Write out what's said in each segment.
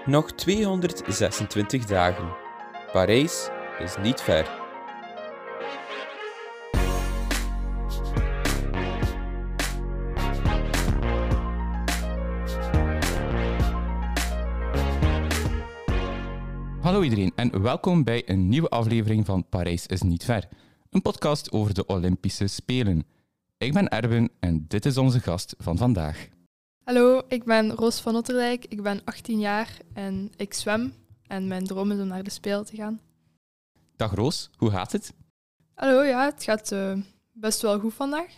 Nog 226 dagen. Parijs is niet ver. Hallo iedereen en welkom bij een nieuwe aflevering van Parijs is niet ver. Een podcast over de Olympische Spelen. Ik ben Erwin en dit is onze gast van vandaag. Hallo, ik ben Roos van Otterdijk, ik ben 18 jaar en ik zwem. En mijn droom is om naar de Spelen te gaan. Dag Roos, hoe gaat het? Hallo, ja, het gaat best wel goed vandaag.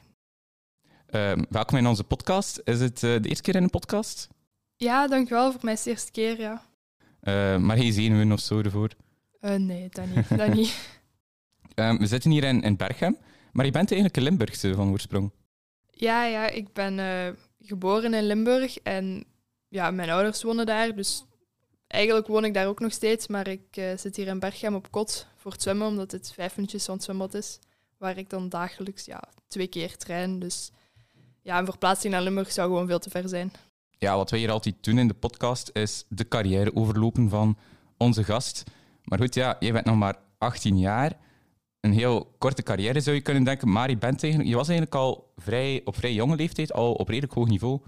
Welkom in onze podcast. Is het de eerste keer in een podcast? Ja, dankjewel. Voor mij is het de eerste keer, ja. Maar geen zenuwen of zo ervoor? Nee, dat niet. Dat niet. We zitten hier in Berchem, maar je bent eigenlijk een Limburgse van oorsprong. Ja, ik ben geboren in Limburg en ja, mijn ouders wonen daar, dus eigenlijk woon ik daar ook nog steeds, maar ik zit hier in Berchem op kot voor het zwemmen, omdat het 5 minuutjes van het zwembad is, waar ik dan dagelijks 2 keer train. Dus ja, een verplaatsing naar Limburg zou gewoon veel te ver zijn. Ja, wat wij hier altijd doen in de podcast is de carrière overlopen van onze gast. Maar goed, ja, jij bent nog maar 18 jaar. Een heel korte carrière zou je kunnen denken, maar je was eigenlijk al op vrij jonge leeftijd, al op redelijk hoog niveau.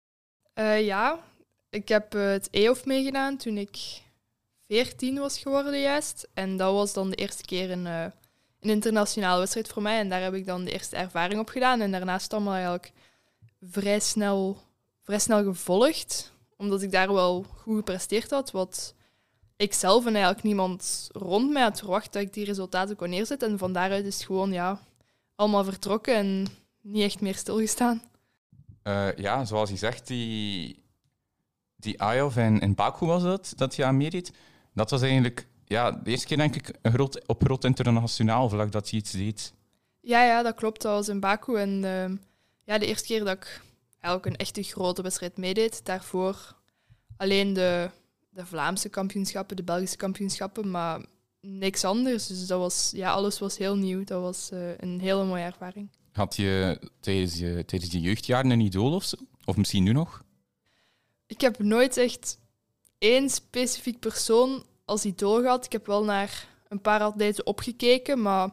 Ja, ik heb het EOF meegedaan toen ik 14 was geworden juist. En dat was dan de eerste keer een internationale wedstrijd voor mij. En daar heb ik dan de eerste ervaring op gedaan. En daarnaast allemaal eigenlijk vrij snel gevolgd. Omdat ik daar wel goed gepresteerd had. Wat ik zelf en eigenlijk niemand rond mij had verwacht dat ik die resultaten kon neerzetten. En van daaruit is het gewoon allemaal vertrokken en niet echt meer stilgestaan. Ja, zoals je zegt, die IOF in Baku was dat je aan meedeed. Dat was eigenlijk de eerste keer, denk ik, op groot internationaal vlak dat je iets deed. Ja, dat klopt. Dat was in Baku. En de eerste keer dat ik eigenlijk een echte grote wedstrijd meedeed. Daarvoor alleen de Vlaamse kampioenschappen, de Belgische kampioenschappen, maar niks anders. Dus alles was heel nieuw. Dat was een hele mooie ervaring. Had je tijdens je jeugdjaren een idool of zo? Of misschien nu nog? Ik heb nooit echt één specifiek persoon als idool gehad. Ik heb wel naar een paar atleten opgekeken, maar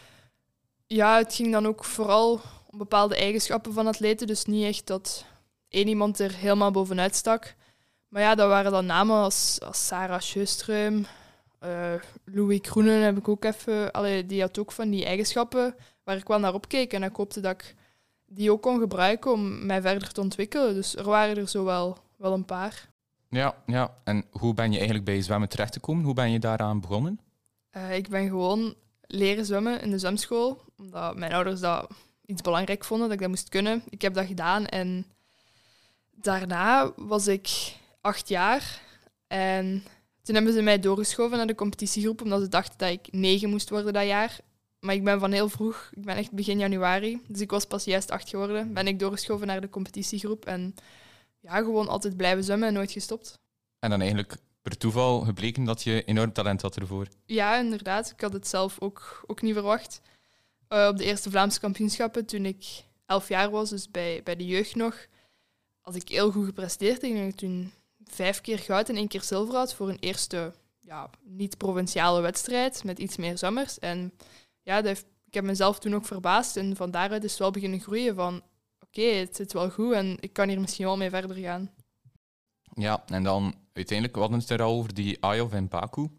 ja, het ging dan ook vooral om bepaalde eigenschappen van atleten. Dus niet echt dat één iemand er helemaal bovenuit stak. Maar ja, dat waren dan namen als Sarah Sjöström, Louis Kroenen heb ik ook even. Die had ook van die eigenschappen waar ik wel naar opkeek. En ik hoopte dat ik die ook kon gebruiken om mij verder te ontwikkelen. Dus er waren er zo wel een paar. Ja. En hoe ben je eigenlijk bij zwemmen terechtgekomen? Hoe ben je daaraan begonnen? Ik ben gewoon leren zwemmen in de zwemschool. Omdat mijn ouders dat iets belangrijk vonden, dat ik dat moest kunnen. Ik heb dat gedaan en daarna was ik 8 jaar. En toen hebben ze mij doorgeschoven naar de competitiegroep, omdat ze dachten dat ik 9 moest worden dat jaar. Maar ik ben van heel vroeg, ik ben echt begin januari, dus ik was pas juist 8 geworden, ben ik doorgeschoven naar de competitiegroep. En ja, gewoon altijd blijven zwemmen en nooit gestopt. En dan eigenlijk per toeval gebleken dat je enorm talent had ervoor. Ja, inderdaad. Ik had het zelf ook niet verwacht. Op de eerste Vlaamse kampioenschappen, toen ik 11 jaar was, dus bij de jeugd nog, had ik heel goed gepresteerd. Ik denk dat ik toen 5 keer goud en 1 keer zilver had voor een eerste niet-provinciale wedstrijd met iets meer zwemmers. En ja, ik heb mezelf toen ook verbaasd en van daaruit is het wel beginnen groeien van oké, het zit wel goed en ik kan hier misschien wel mee verder gaan. Ja, en dan uiteindelijk, we hadden het er al over die IOF in Baku.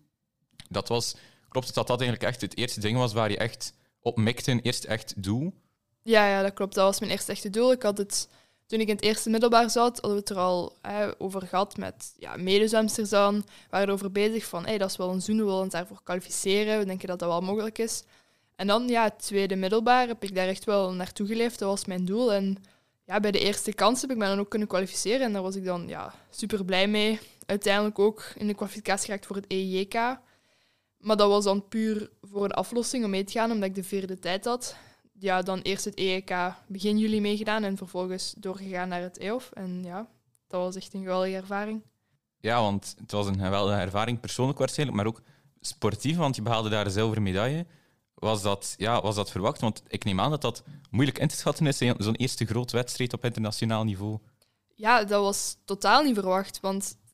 Klopt het dat eigenlijk echt het eerste ding was waar je echt op mikte, een eerste echt doel? Ja, dat klopt. Dat was mijn eerste echte doel. Toen ik in het eerste middelbaar zat, hadden we het er al over gehad met medezwemsters dan. We waren erover bezig van, dat is wel een zoen, we willen ons daarvoor kwalificeren. We denken dat dat wel mogelijk is. En dan, het tweede middelbaar, heb ik daar echt wel naartoe geleefd. Dat was mijn doel. En bij de eerste kans heb ik me dan ook kunnen kwalificeren. En daar was ik dan super blij mee. Uiteindelijk ook in de kwalificatie geraakt voor het EIJK. Maar dat was dan puur voor een aflossing om mee te gaan, omdat ik de 4e tijd had. Ja, dan eerst het EIK begin juli meegedaan en vervolgens doorgegaan naar het EOF. En dat was echt een geweldige ervaring. Ja, want het was een geweldige ervaring, persoonlijk waarschijnlijk, maar ook sportief, want je behaalde daar een zilveren medaille. Was dat verwacht? Want ik neem aan dat dat moeilijk in te schatten is, zo'n eerste grote wedstrijd op internationaal niveau. Ja, dat was totaal niet verwacht, want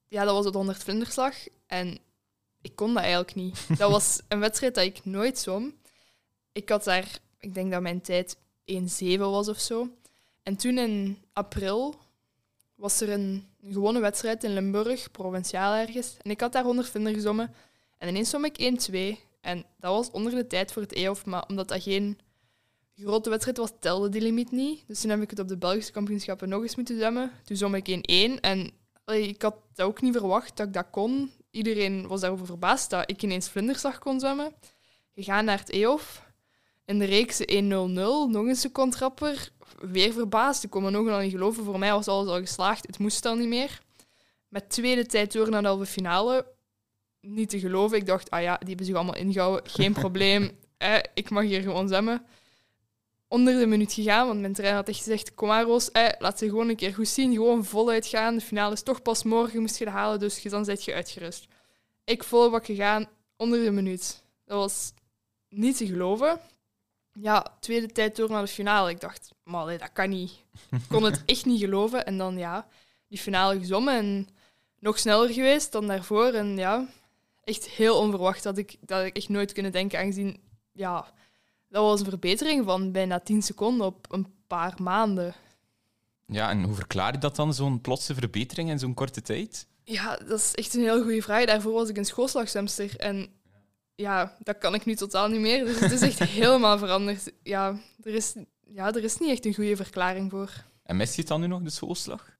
dat was de 100 vlinderslag. En ik kon dat eigenlijk niet. Dat was een wedstrijd dat ik nooit zwom. Ik had daar, ik denk dat mijn tijd 1,7 was of zo. En toen in april was er een gewone wedstrijd in Limburg, provinciaal ergens. En ik had daar 100 vlinder gezwommen. En ineens zwom ik 1,2. En dat was onder de tijd voor het EOF, maar omdat dat geen grote wedstrijd was, telde die limiet niet. Dus toen heb ik het op de Belgische kampioenschappen nog eens moeten zwemmen. Toen zwom ik 1,1. En ik had dat ook niet verwacht dat ik dat kon. Iedereen was daarover verbaasd dat ik ineens vlinderslag kon zwemmen. Gegaan naar het EOF. In de reeks 1,00, nog een seconde rapper. Weer verbaasd. Ik kon me nog niet geloven. Voor mij was alles al geslaagd. Het moest al niet meer. Met tweede tijd door naar de halve finale. Niet te geloven. Ik dacht, die hebben zich allemaal ingehouden. Geen probleem. Ik mag hier gewoon zwemmen. Onder de minuut gegaan, want mijn trainer had echt gezegd, kom maar Roos, laat ze gewoon een keer goed zien. Gewoon voluit gaan. De finale is toch pas morgen, moest je het halen, dus dan zit je uitgerust. Ik volle bak gegaan, onder de minuut. Dat was niet te geloven. Ja, tweede tijd door naar de finale. Ik dacht, maar dat kan niet. Ik kon het echt niet geloven. En dan die finale gezwommen en nog sneller geweest dan daarvoor. En echt heel onverwacht. Dat ik echt nooit kunnen denken, aangezien, dat was een verbetering van bijna 10 seconden op een paar maanden. Ja, en hoe verklaar je dat dan, zo'n plotse verbetering in zo'n korte tijd? Ja, dat is echt een heel goede vraag. Daarvoor was ik een schoolslagzwemster. En dat kan ik nu totaal niet meer. Dus het is echt helemaal veranderd. Ja, er is niet echt een goede verklaring voor. En mis je het dan nu nog, de schoolslag?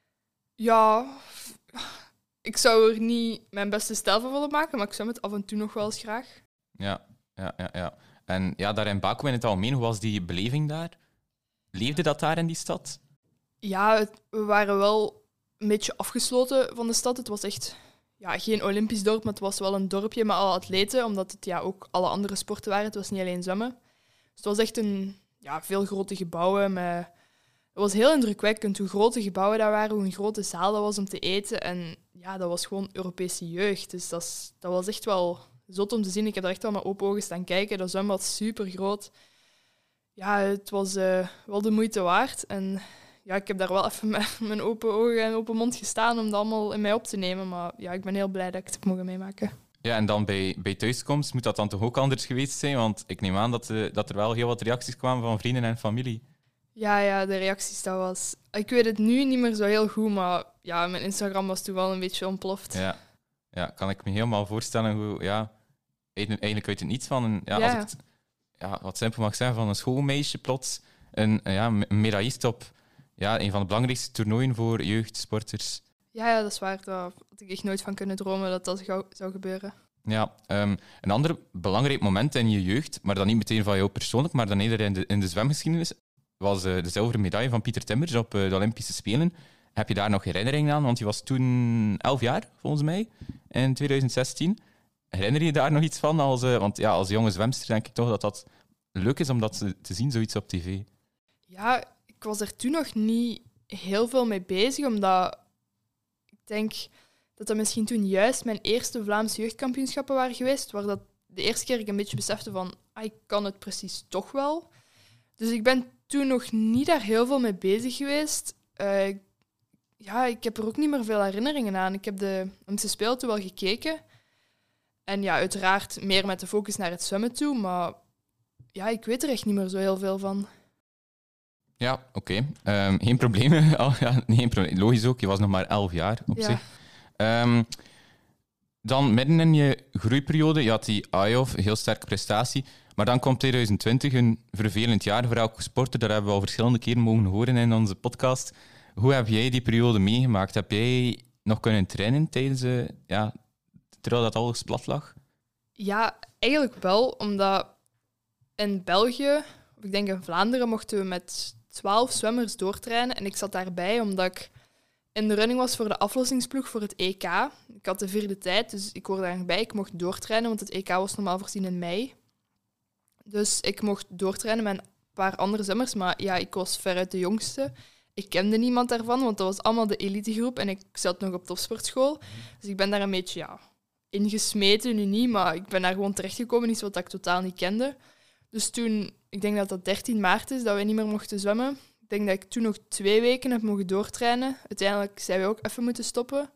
Ja, ik zou er niet mijn beste stijl van willen maken, maar ik zou het af en toe nog wel eens graag. Ja. En daar in Baku in het algemeen, hoe was die beleving daar? Leefde dat daar in die stad? Ja, we waren wel een beetje afgesloten van de stad. Het was echt geen Olympisch dorp, maar het was wel een dorpje met alle atleten, omdat het ook alle andere sporten waren. Het was niet alleen zwemmen. Dus het was echt veel grote gebouwen. Het was heel indrukwekkend hoe grote gebouwen dat waren, hoe een grote zaal dat was om te eten. En dat was gewoon Europese jeugd. Dus dat was echt wel zot om te zien. Ik heb er echt wel met open ogen staan kijken. Dat zwembad was super groot. Ja, het was wel de moeite waard. En ik heb daar wel even met mijn open ogen en open mond gestaan om dat allemaal in mij op te nemen. Maar ik ben heel blij dat ik het heb mogen meemaken. Ja, en dan bij thuiskomst moet dat dan toch ook anders geweest zijn? Want ik neem aan dat er wel heel wat reacties kwamen van vrienden en familie. Ja, de reacties, dat was... Ik weet het nu niet meer zo heel goed, maar mijn Instagram was toen wel een beetje ontploft. Ja, kan ik me helemaal voorstellen hoe... Eigenlijk uit het niets van... Als ik het wat simpel mag zeggen, van een schoolmeisje plots een medaillist op een van de belangrijkste toernooien voor jeugdsporters. Ja, dat is waar. Daar had ik echt nooit van kunnen dromen dat dat zou gebeuren. Ja, een ander belangrijk moment in je jeugd, maar dan niet meteen van jou persoonlijk, maar dan eerder in de zwemgeschiedenis, was de zilveren medaille van Pieter Timbers op de Olympische Spelen. Heb je daar nog herinneringen aan? Want je was toen 11 jaar, volgens mij, in 2016. Herinner je daar nog iets van? Want als jonge zwemster denk ik toch dat dat leuk is om dat te zien, zoiets op tv. Ja, ik was er toen nog niet heel veel mee bezig, omdat ik denk dat misschien toen juist mijn eerste Vlaamse jeugdkampioenschappen waren geweest, waar dat de eerste keer ik een beetje besefte van, ik kan het precies toch wel. Dus ik ben toen nog niet daar heel veel mee bezig geweest. Ik heb er ook niet meer veel herinneringen aan. Ik heb de Olympische Spelen toen wel gekeken. En uiteraard meer met de focus naar het zwemmen toe, maar ik weet er echt niet meer zo heel veel van. Ja, oké. Geen probleem. Geen probleem. Logisch ook, je was nog maar 11 jaar op zich. Dan midden in je groeiperiode, je had die IOF, een heel sterke prestatie, maar dan komt 2020, een vervelend jaar voor elke sporter. Daar hebben we al verschillende keren mogen horen in onze podcast. Hoe heb jij die periode meegemaakt? Heb jij nog kunnen trainen tijdens terwijl dat alles plat lag? Ja, eigenlijk wel, omdat in België, of ik denk in Vlaanderen, mochten we met 12 zwemmers doortrainen. En ik zat daarbij omdat ik in de running was voor de aflossingsploeg voor het EK. Ik had de 4e tijd, dus ik hoorde daarbij. Ik mocht doortrainen, want het EK was normaal voorzien in mei. Dus ik mocht doortrainen met een paar andere zwemmers, maar ik was veruit de jongste. Ik kende niemand daarvan, want dat was allemaal de elitegroep en ik zat nog op topsportschool. Dus ik ben daar een beetje ingesmeten, nu niet, maar ik ben daar gewoon terechtgekomen, iets wat ik totaal niet kende. Dus toen, ik denk dat dat 13 maart is, dat we niet meer mochten zwemmen. Ik denk dat ik toen nog 2 weken heb mogen doortrainen. Uiteindelijk zijn we ook even moeten stoppen.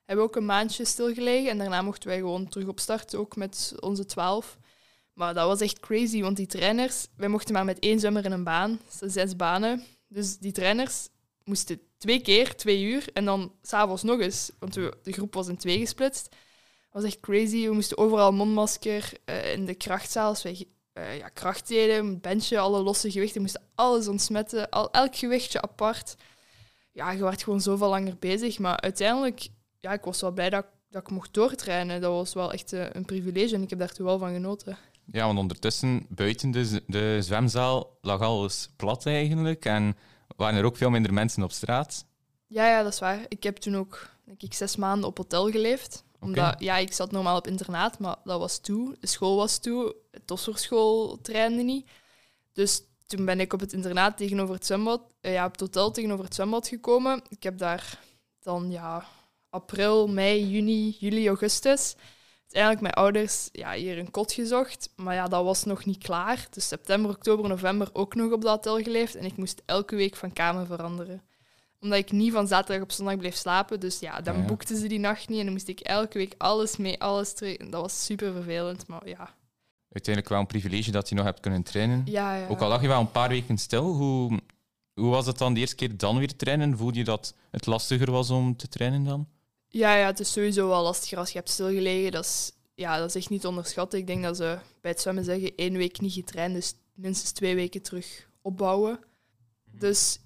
hebben we ook een maandje stilgelegen. En daarna mochten wij gewoon terug opstarten, ook met onze 12. Maar dat was echt crazy, want die trainers... Wij mochten maar met 1 zwemmer in een baan. Dat zijn 6 banen. Dus die trainers moesten 2 keer, 2 uur. En dan 's avonds nog eens. Want de groep was in 2 gesplitst. Dat was echt crazy. We moesten overal mondmasker. In de krachtzaal, als wij kracht deden, benchen, alle losse gewichten. We moesten alles ontsmetten. Elk gewichtje apart. Ja, je werd gewoon zoveel langer bezig. Maar uiteindelijk... Ja, ik was wel blij dat ik mocht doortrainen. Dat was wel echt een privilege en ik heb daar toen wel van genoten. Ja, want ondertussen, buiten de zwemzaal, lag alles plat eigenlijk. En waren er ook veel minder mensen op straat. Ja, dat is waar. Ik heb toen ook, denk ik, 6 maanden op hotel geleefd. Omdat, ik zat normaal op internaat, maar dat was toe. De school was toe. De topsportschool trainde niet. Dus toen ben ik op het internaat tegenover het zwembad... op het hotel tegenover het zwembad gekomen. Ik heb daar dan, april, mei, juni, juli, augustus... Uiteindelijk mijn ouders hier een kot gezocht, maar dat was nog niet klaar. Dus september, oktober, november ook nog op dat hotel geleefd en ik moest elke week van kamer veranderen. Omdat ik niet van zaterdag op zondag bleef slapen, dus dan boekten ze die nacht niet en dan moest ik elke week alles mee, alles terug. Dat was super vervelend, maar ja. Uiteindelijk wel een privilege dat je nog hebt kunnen trainen. Ja. Ook al lag je wel een paar weken stil, hoe was het dan de eerste keer dan weer trainen? Voelde je dat het lastiger was om te trainen dan? Ja, het is sowieso wel lastiger als je hebt stilgelegen. Dat is echt niet te onderschatten. Ik denk dat ze bij het zwemmen zeggen 1 week niet getraind, dus minstens 2 weken terug opbouwen. Dus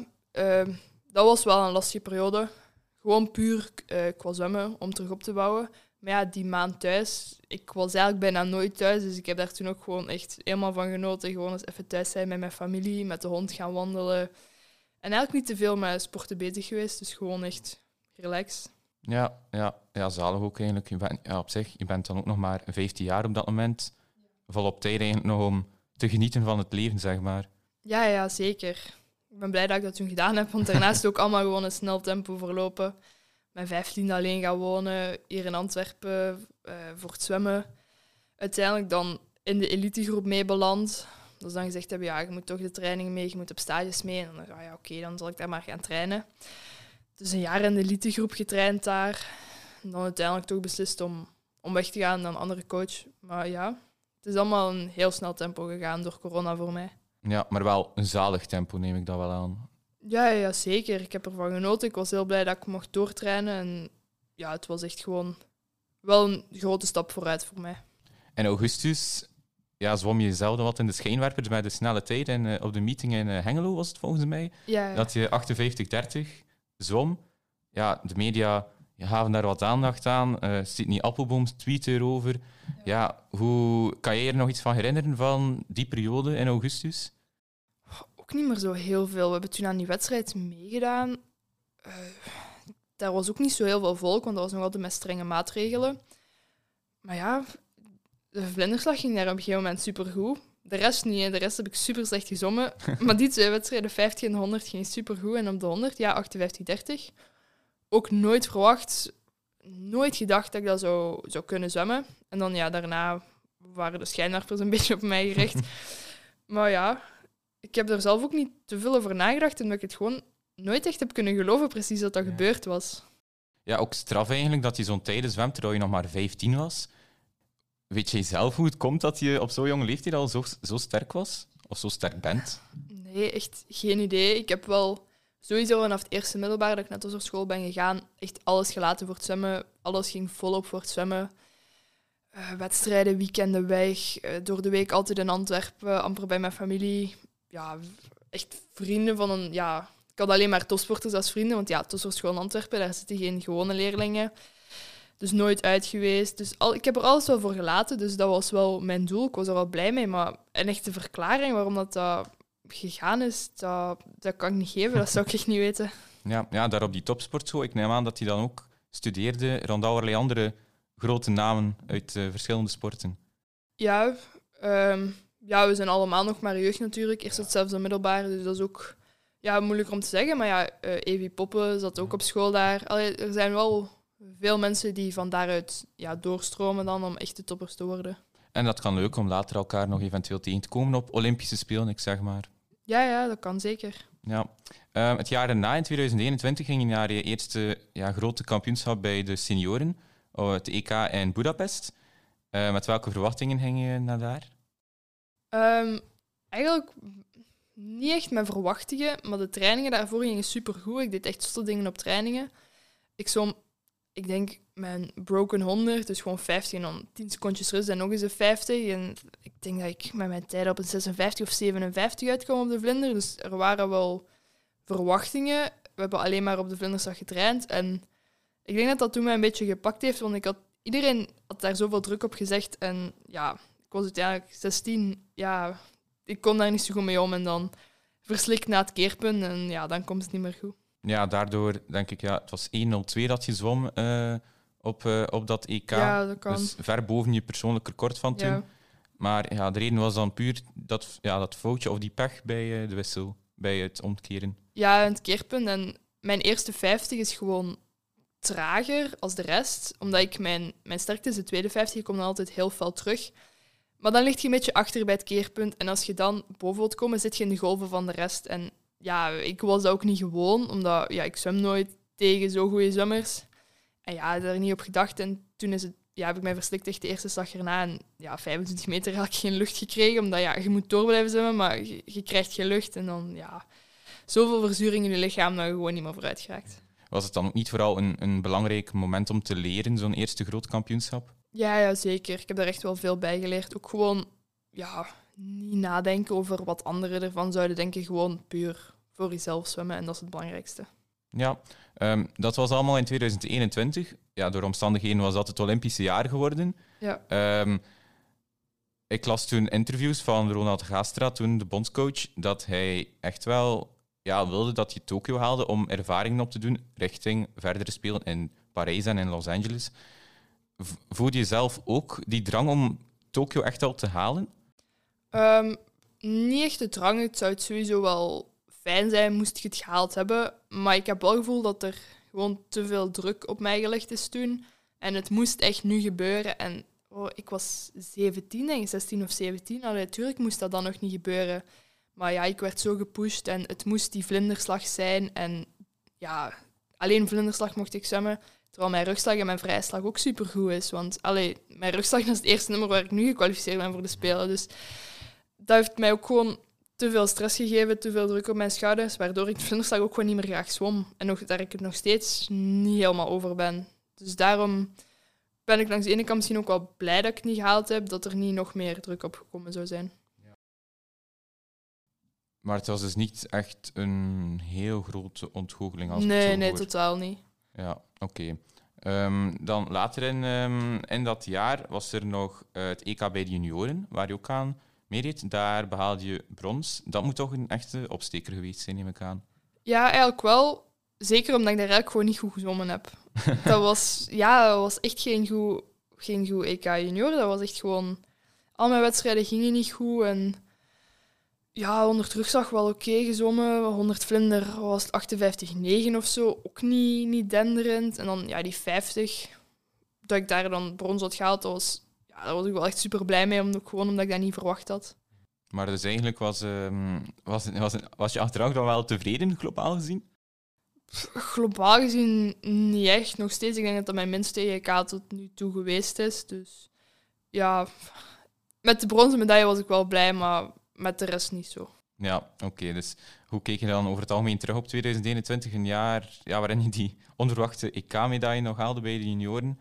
dat was wel een lastige periode. Gewoon puur qua zwemmen, om terug op te bouwen. Maar die maand thuis, ik was eigenlijk bijna nooit thuis, dus ik heb daar toen ook gewoon echt helemaal van genoten. Gewoon eens even thuis zijn met mijn familie, met de hond gaan wandelen. En eigenlijk niet te veel met sporten bezig geweest, dus gewoon echt relaxed. Ja, zalig ook eigenlijk. Je bent dan ook nog maar 15 jaar op dat moment. Volop tijd eigenlijk nog om te genieten van het leven, zeg maar. Ja, zeker. Ik ben blij dat ik dat toen gedaan heb, want daarnaast ook allemaal gewoon een snel tempo verlopen. Mijn 15e alleen gaan wonen, hier in Antwerpen, voor het zwemmen. Uiteindelijk dan in de elitegroep mee beland. Dus dan gezegd hebben, je moet toch de trainingen mee, je moet op stages mee. En dan dan zal ik daar maar gaan trainen. Dus 1 jaar in de elitegroep getraind daar. En dan uiteindelijk toch beslist om weg te gaan naar een andere coach. Maar het is allemaal een heel snel tempo gegaan door corona voor mij. Ja, maar wel een zalig tempo neem ik dat wel aan. Ja, zeker. Ik heb ervan genoten. Ik was heel blij dat ik mocht doortrainen. En het was echt gewoon wel een grote stap vooruit voor mij. In augustus zwom je zelden wat in de schijnwerpers bij de snelle tijd. En op de meeting in Hengelo was het volgens mij. Ja. Dat je 58:30 zwom. Ja, de media gaven daar wat aandacht aan. Sydney Appelboom tweet erover. Hoe kan jij er nog iets van herinneren van die periode in augustus? Ook niet meer zo heel veel. We hebben toen aan die wedstrijd meegedaan. Daar was ook niet zo heel veel volk, want dat was nog altijd met strenge maatregelen. Maar de vlinderslag ging daar op een gegeven moment supergoed. De rest niet. De rest heb ik super slecht gezwommen. Maar die 2 wedstrijden, 50 en 100, ging supergoed. En op de 100, 58:30. Ook nooit verwacht, nooit gedacht dat ik dat zou kunnen zwemmen. En dan daarna waren de schijnwerpers een beetje op mij gericht. Maar ik heb er zelf ook niet te veel over nagedacht, omdat ik het gewoon nooit echt heb kunnen geloven precies dat gebeurd was. Ja, ook straf eigenlijk dat je zo'n tijden zwemt terwijl je nog maar 15 was. Weet jij zelf hoe het komt dat je op zo'n jonge leeftijd al zo sterk was? Of zo sterk bent? Nee, echt geen idee. Ik heb wel sowieso vanaf het eerste middelbaar dat ik net op school ben gegaan, echt alles gelaten voor het zwemmen. Alles ging volop voor het zwemmen. Wedstrijden, weekenden weg. Door de week altijd in Antwerpen, amper bij mijn familie. Ja, echt vrienden van een... Ja, ik had alleen maar topsporters als vrienden, want topsportschool in Antwerpen, daar zitten geen gewone leerlingen. Dus nooit uit geweest. Dus ik heb er alles wel voor gelaten, dus dat was wel mijn doel. Ik was er wel blij mee, maar een echte verklaring waarom dat gegaan is, dat kan ik niet geven. Dat zou ik echt niet weten. Ja, daar op die topsportschool. Ik neem aan dat hij dan ook studeerde rond allerlei andere grote namen uit verschillende sporten. Ja, we zijn allemaal nog maar jeugd natuurlijk. Eerst hetzelfde middelbaar, dus dat is ook moeilijker om te zeggen. Maar Evie Poppen zat ook op school daar. Er zijn wel veel mensen die van daaruit doorstromen dan om echte toppers te worden. En dat kan leuk om later elkaar nog eventueel tegen te komen op Olympische Spelen, ik zeg maar. Ja, dat kan zeker. Ja. Het jaar daarna, in 2021, ging je naar je eerste grote kampioenschap bij de senioren, het EK in Budapest. Met welke verwachtingen ging je naar daar? Eigenlijk niet echt met verwachtingen, maar de trainingen daarvoor gingen supergoed. Ik deed echt zotte dingen op trainingen. Ik denk mijn broken 100, dus gewoon 50 en dan 10 secondjes rust en nog eens een 50. En ik denk dat ik met mijn tijd op een 56 of 57 uitkwam op de vlinder. Dus er waren wel verwachtingen. We hebben alleen maar op de vlinderslag getraind. En ik denk dat dat toen mij een beetje gepakt heeft, want iedereen had daar zoveel druk op gezegd. En ja, ik was uiteindelijk 16. Ja, ik kon daar niet zo goed mee om. En dan verslikt na het keerpunt en ja, dan komt het niet meer goed. Ja, daardoor denk ik, het was 1.02 dat je zwom op dat EK. Ja, dat kan. Dus ver boven je persoonlijk record van toen. Ja. Maar ja, de reden was dan puur dat foutje of die pech bij de wissel, bij het omkeren. Ja, het keerpunt. En mijn eerste 50 is gewoon trager als de rest. Omdat ik mijn sterkte is de tweede 50, ik kom dan altijd heel fel terug. Maar dan ligt je een beetje achter bij het keerpunt. En als je dan boven wilt komen, zit je in de golven van de rest. En ja, ik was dat ook niet gewoon, omdat ik zwem nooit tegen zo goede zwemmers. En ja, daar niet op gedacht. En toen heb ik mij verslikt tegen de eerste slag erna. En ja, 25 meter had ik geen lucht gekregen, omdat je moet door blijven zwemmen, maar je krijgt geen lucht. En dan, zoveel verzuring in je lichaam dat je gewoon niet meer vooruit geraakt. Was het dan ook niet vooral een belangrijk moment om te leren, zo'n eerste groot kampioenschap? Ja, zeker. Ik heb daar echt wel veel bij geleerd. Ook gewoon, niet nadenken over wat anderen ervan zouden denken. Gewoon puur voor jezelf zwemmen. En dat is het belangrijkste. Ja, dat was allemaal in 2021. Ja, door omstandigheden was dat het Olympische jaar geworden. Ja. Ik las toen interviews van Ronald Gaastra, toen de bondscoach, dat hij echt wel wilde dat je Tokio haalde om ervaringen op te doen richting verdere spelen in Parijs en in Los Angeles. Voelde je zelf ook die drang om Tokio echt al te halen? Niet echt de drang. Het zou het sowieso wel fijn zijn, moest ik het gehaald hebben. Maar ik heb wel het gevoel dat er gewoon te veel druk op mij gelegd is toen. En het moest echt nu gebeuren. En ik was 17, denk ik, 16 of 17. Natuurlijk moest dat dan nog niet gebeuren. Maar ja, ik werd zo gepusht en het moest die vlinderslag zijn. En ja, alleen vlinderslag mocht ik zwemmen. Terwijl mijn rugslag en mijn vrijslag ook supergoed is. Want mijn rugslag is het eerste nummer waar ik nu gekwalificeerd ben voor de Spelen. Dus dat heeft mij ook gewoon te veel stress gegeven, te veel druk op mijn schouders, waardoor ik de vlinderslag ook gewoon niet meer graag zwom. En dat ik het nog steeds niet helemaal over ben. Dus daarom ben ik langs de ene kant misschien ook wel blij dat ik het niet gehaald heb, dat er niet nog meer druk op gekomen zou zijn. Maar het was dus niet echt een heel grote ontgoocheling als Nee, totaal niet. Ja, oké. Dan later in dat jaar was er nog het EK bij de junioren, waar je ook aan meedeed. Daar behaalde je brons. Dat moet toch een echte opsteker geweest zijn, neem ik aan. Ja, eigenlijk wel. Zeker omdat ik daar eigenlijk gewoon niet goed gezwommen heb. Dat was echt geen goed EK junior. Dat was echt gewoon... Al mijn wedstrijden gingen niet goed en... Ja, 100 rugzag wel oké gezwommen. 100 vlinder was het 58,9 of zo. Ook niet denderend. En dan die 50, dat ik daar dan brons had gehaald, daar was ik wel echt super blij mee. Omdat ik dat niet verwacht had. Maar dus eigenlijk was je achteraf dan wel tevreden, globaal gezien? Globaal gezien niet echt. Nog steeds. Ik denk dat dat mijn minste EK tot nu toe geweest is. Dus ja, met de bronzen medaille was ik wel blij, maar... Met de rest niet zo. Ja, oké. Dus hoe keek je dan over het algemeen terug op 2021? Een jaar waarin je die onverwachte EK-medaille nog haalde bij de junioren.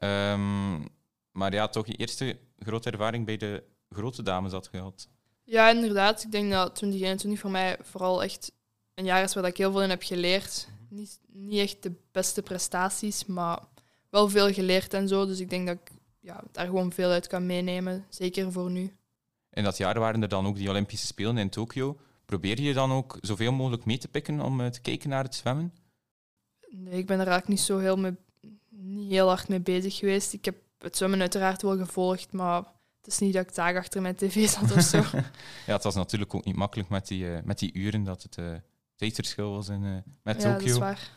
Maar toch je eerste grote ervaring bij de grote dames had gehad. Ja, inderdaad. Ik denk dat 2021 voor mij vooral echt een jaar is waar ik heel veel in heb geleerd. Niet echt de beste prestaties, maar wel veel geleerd en zo. Dus ik denk dat ik daar gewoon veel uit kan meenemen. Zeker voor nu. In dat jaar waren er dan ook die Olympische Spelen in Tokio. Probeer je dan ook zoveel mogelijk mee te pikken om te kijken naar het zwemmen? Nee, ik ben er eigenlijk niet heel hard mee bezig geweest. Ik heb het zwemmen uiteraard wel gevolgd, maar het is niet dat ik dagen achter mijn tv zat of zo. Ja, het was natuurlijk ook niet makkelijk met die uren dat het tijdsverschil was met Tokio. Ja, dat is waar.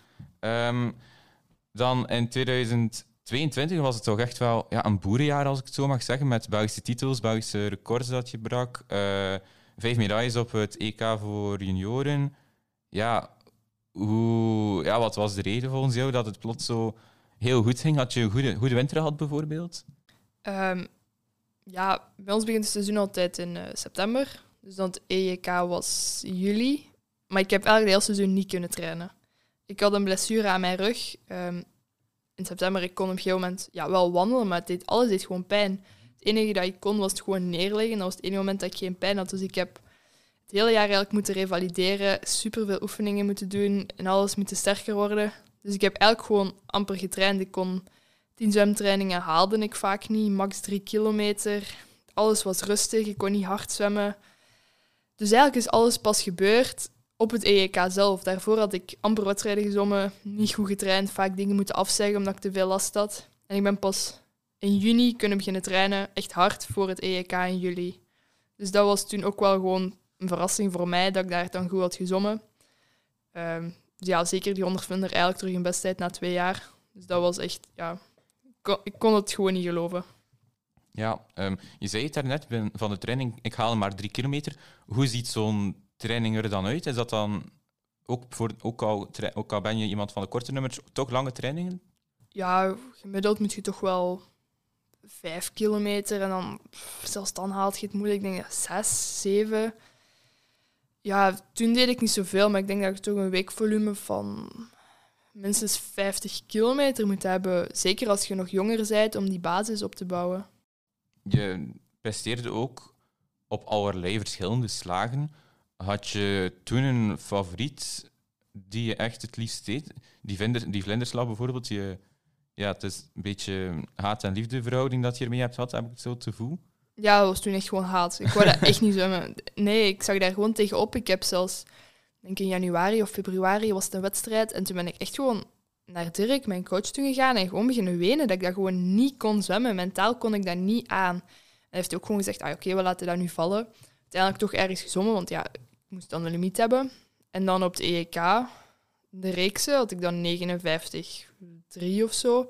Dan in 2022 was het toch echt wel een boerenjaar, als ik het zo mag zeggen, met Belgische titels, Belgische records dat je brak. 5 medailles op het EK voor junioren. Ja, wat was de reden volgens jou dat het plots zo heel goed ging? Had je een goede winter gehad bijvoorbeeld? Ja, bij ons begint het seizoen altijd in september. Dus dan het EJK was juli. Maar ik heb eigenlijk het hele seizoen niet kunnen trainen. Ik had een blessure aan mijn rug. In september ik kon op een gegeven moment wel wandelen, maar alles deed gewoon pijn. Het enige dat ik kon was het gewoon neerleggen. Dat was het enige moment dat ik geen pijn had. Dus ik heb het hele jaar eigenlijk moeten revalideren, superveel oefeningen moeten doen en alles moeten sterker worden. Dus ik heb eigenlijk gewoon amper getraind. Ik kon 10 zwemtrainingen haalde ik vaak niet, max 3 kilometer. Alles was rustig, ik kon niet hard zwemmen. Dus eigenlijk is alles pas gebeurd op het EJK zelf. Daarvoor had ik amper wedstrijden gezwommen, niet goed getraind, vaak dingen moeten afzeggen omdat ik te veel last had. En ik ben pas in juni kunnen beginnen trainen, echt hard, voor het EJK in juli. Dus dat was toen ook wel gewoon een verrassing voor mij, dat ik daar dan goed had gezwommen. Dus ja, zeker die 100 vlinder eigenlijk terug in besttijd na 2 jaar. Dus dat was echt, ik kon het gewoon niet geloven. Ja, je zei het daarnet van de training, ik haal maar 3 kilometer. Hoe ziet zo'n training er dan uit? Is dat dan ook al ben je iemand van de korte nummers, toch lange trainingen? Ja, gemiddeld moet je toch wel 5 kilometer en dan, zelfs dan haalt je het moeilijk. Ik denk 6, 7. Ja, toen deed ik niet zoveel, maar ik denk dat ik toch een weekvolume van minstens 50 kilometer moet hebben. Zeker als je nog jonger bent, om die basis op te bouwen. Je presteerde ook op allerlei verschillende slagen. Had je toen een favoriet die je echt het liefst deed? Die vlinderslag bijvoorbeeld. Het is een beetje haat- en liefdeverhouding dat je ermee hebt gehad, heb ik het zo te voelen. Ja, dat was toen echt gewoon haat. Ik wou dat echt niet zwemmen. Nee, ik zag daar gewoon tegenop. Ik heb zelfs, denk in januari of februari was het een wedstrijd. En toen ben ik echt gewoon naar Dirk, mijn coach, toen gegaan en gewoon beginnen wenen. Dat ik dat gewoon niet kon zwemmen. Mentaal kon ik dat niet aan. En hij heeft ook gewoon gezegd, oké, we laten dat nu vallen. Uiteindelijk toch ergens gezwommen, want ja, ik moest dan een limiet hebben. En dan op het EJK, de reekse, had ik dan 59,3 of zo.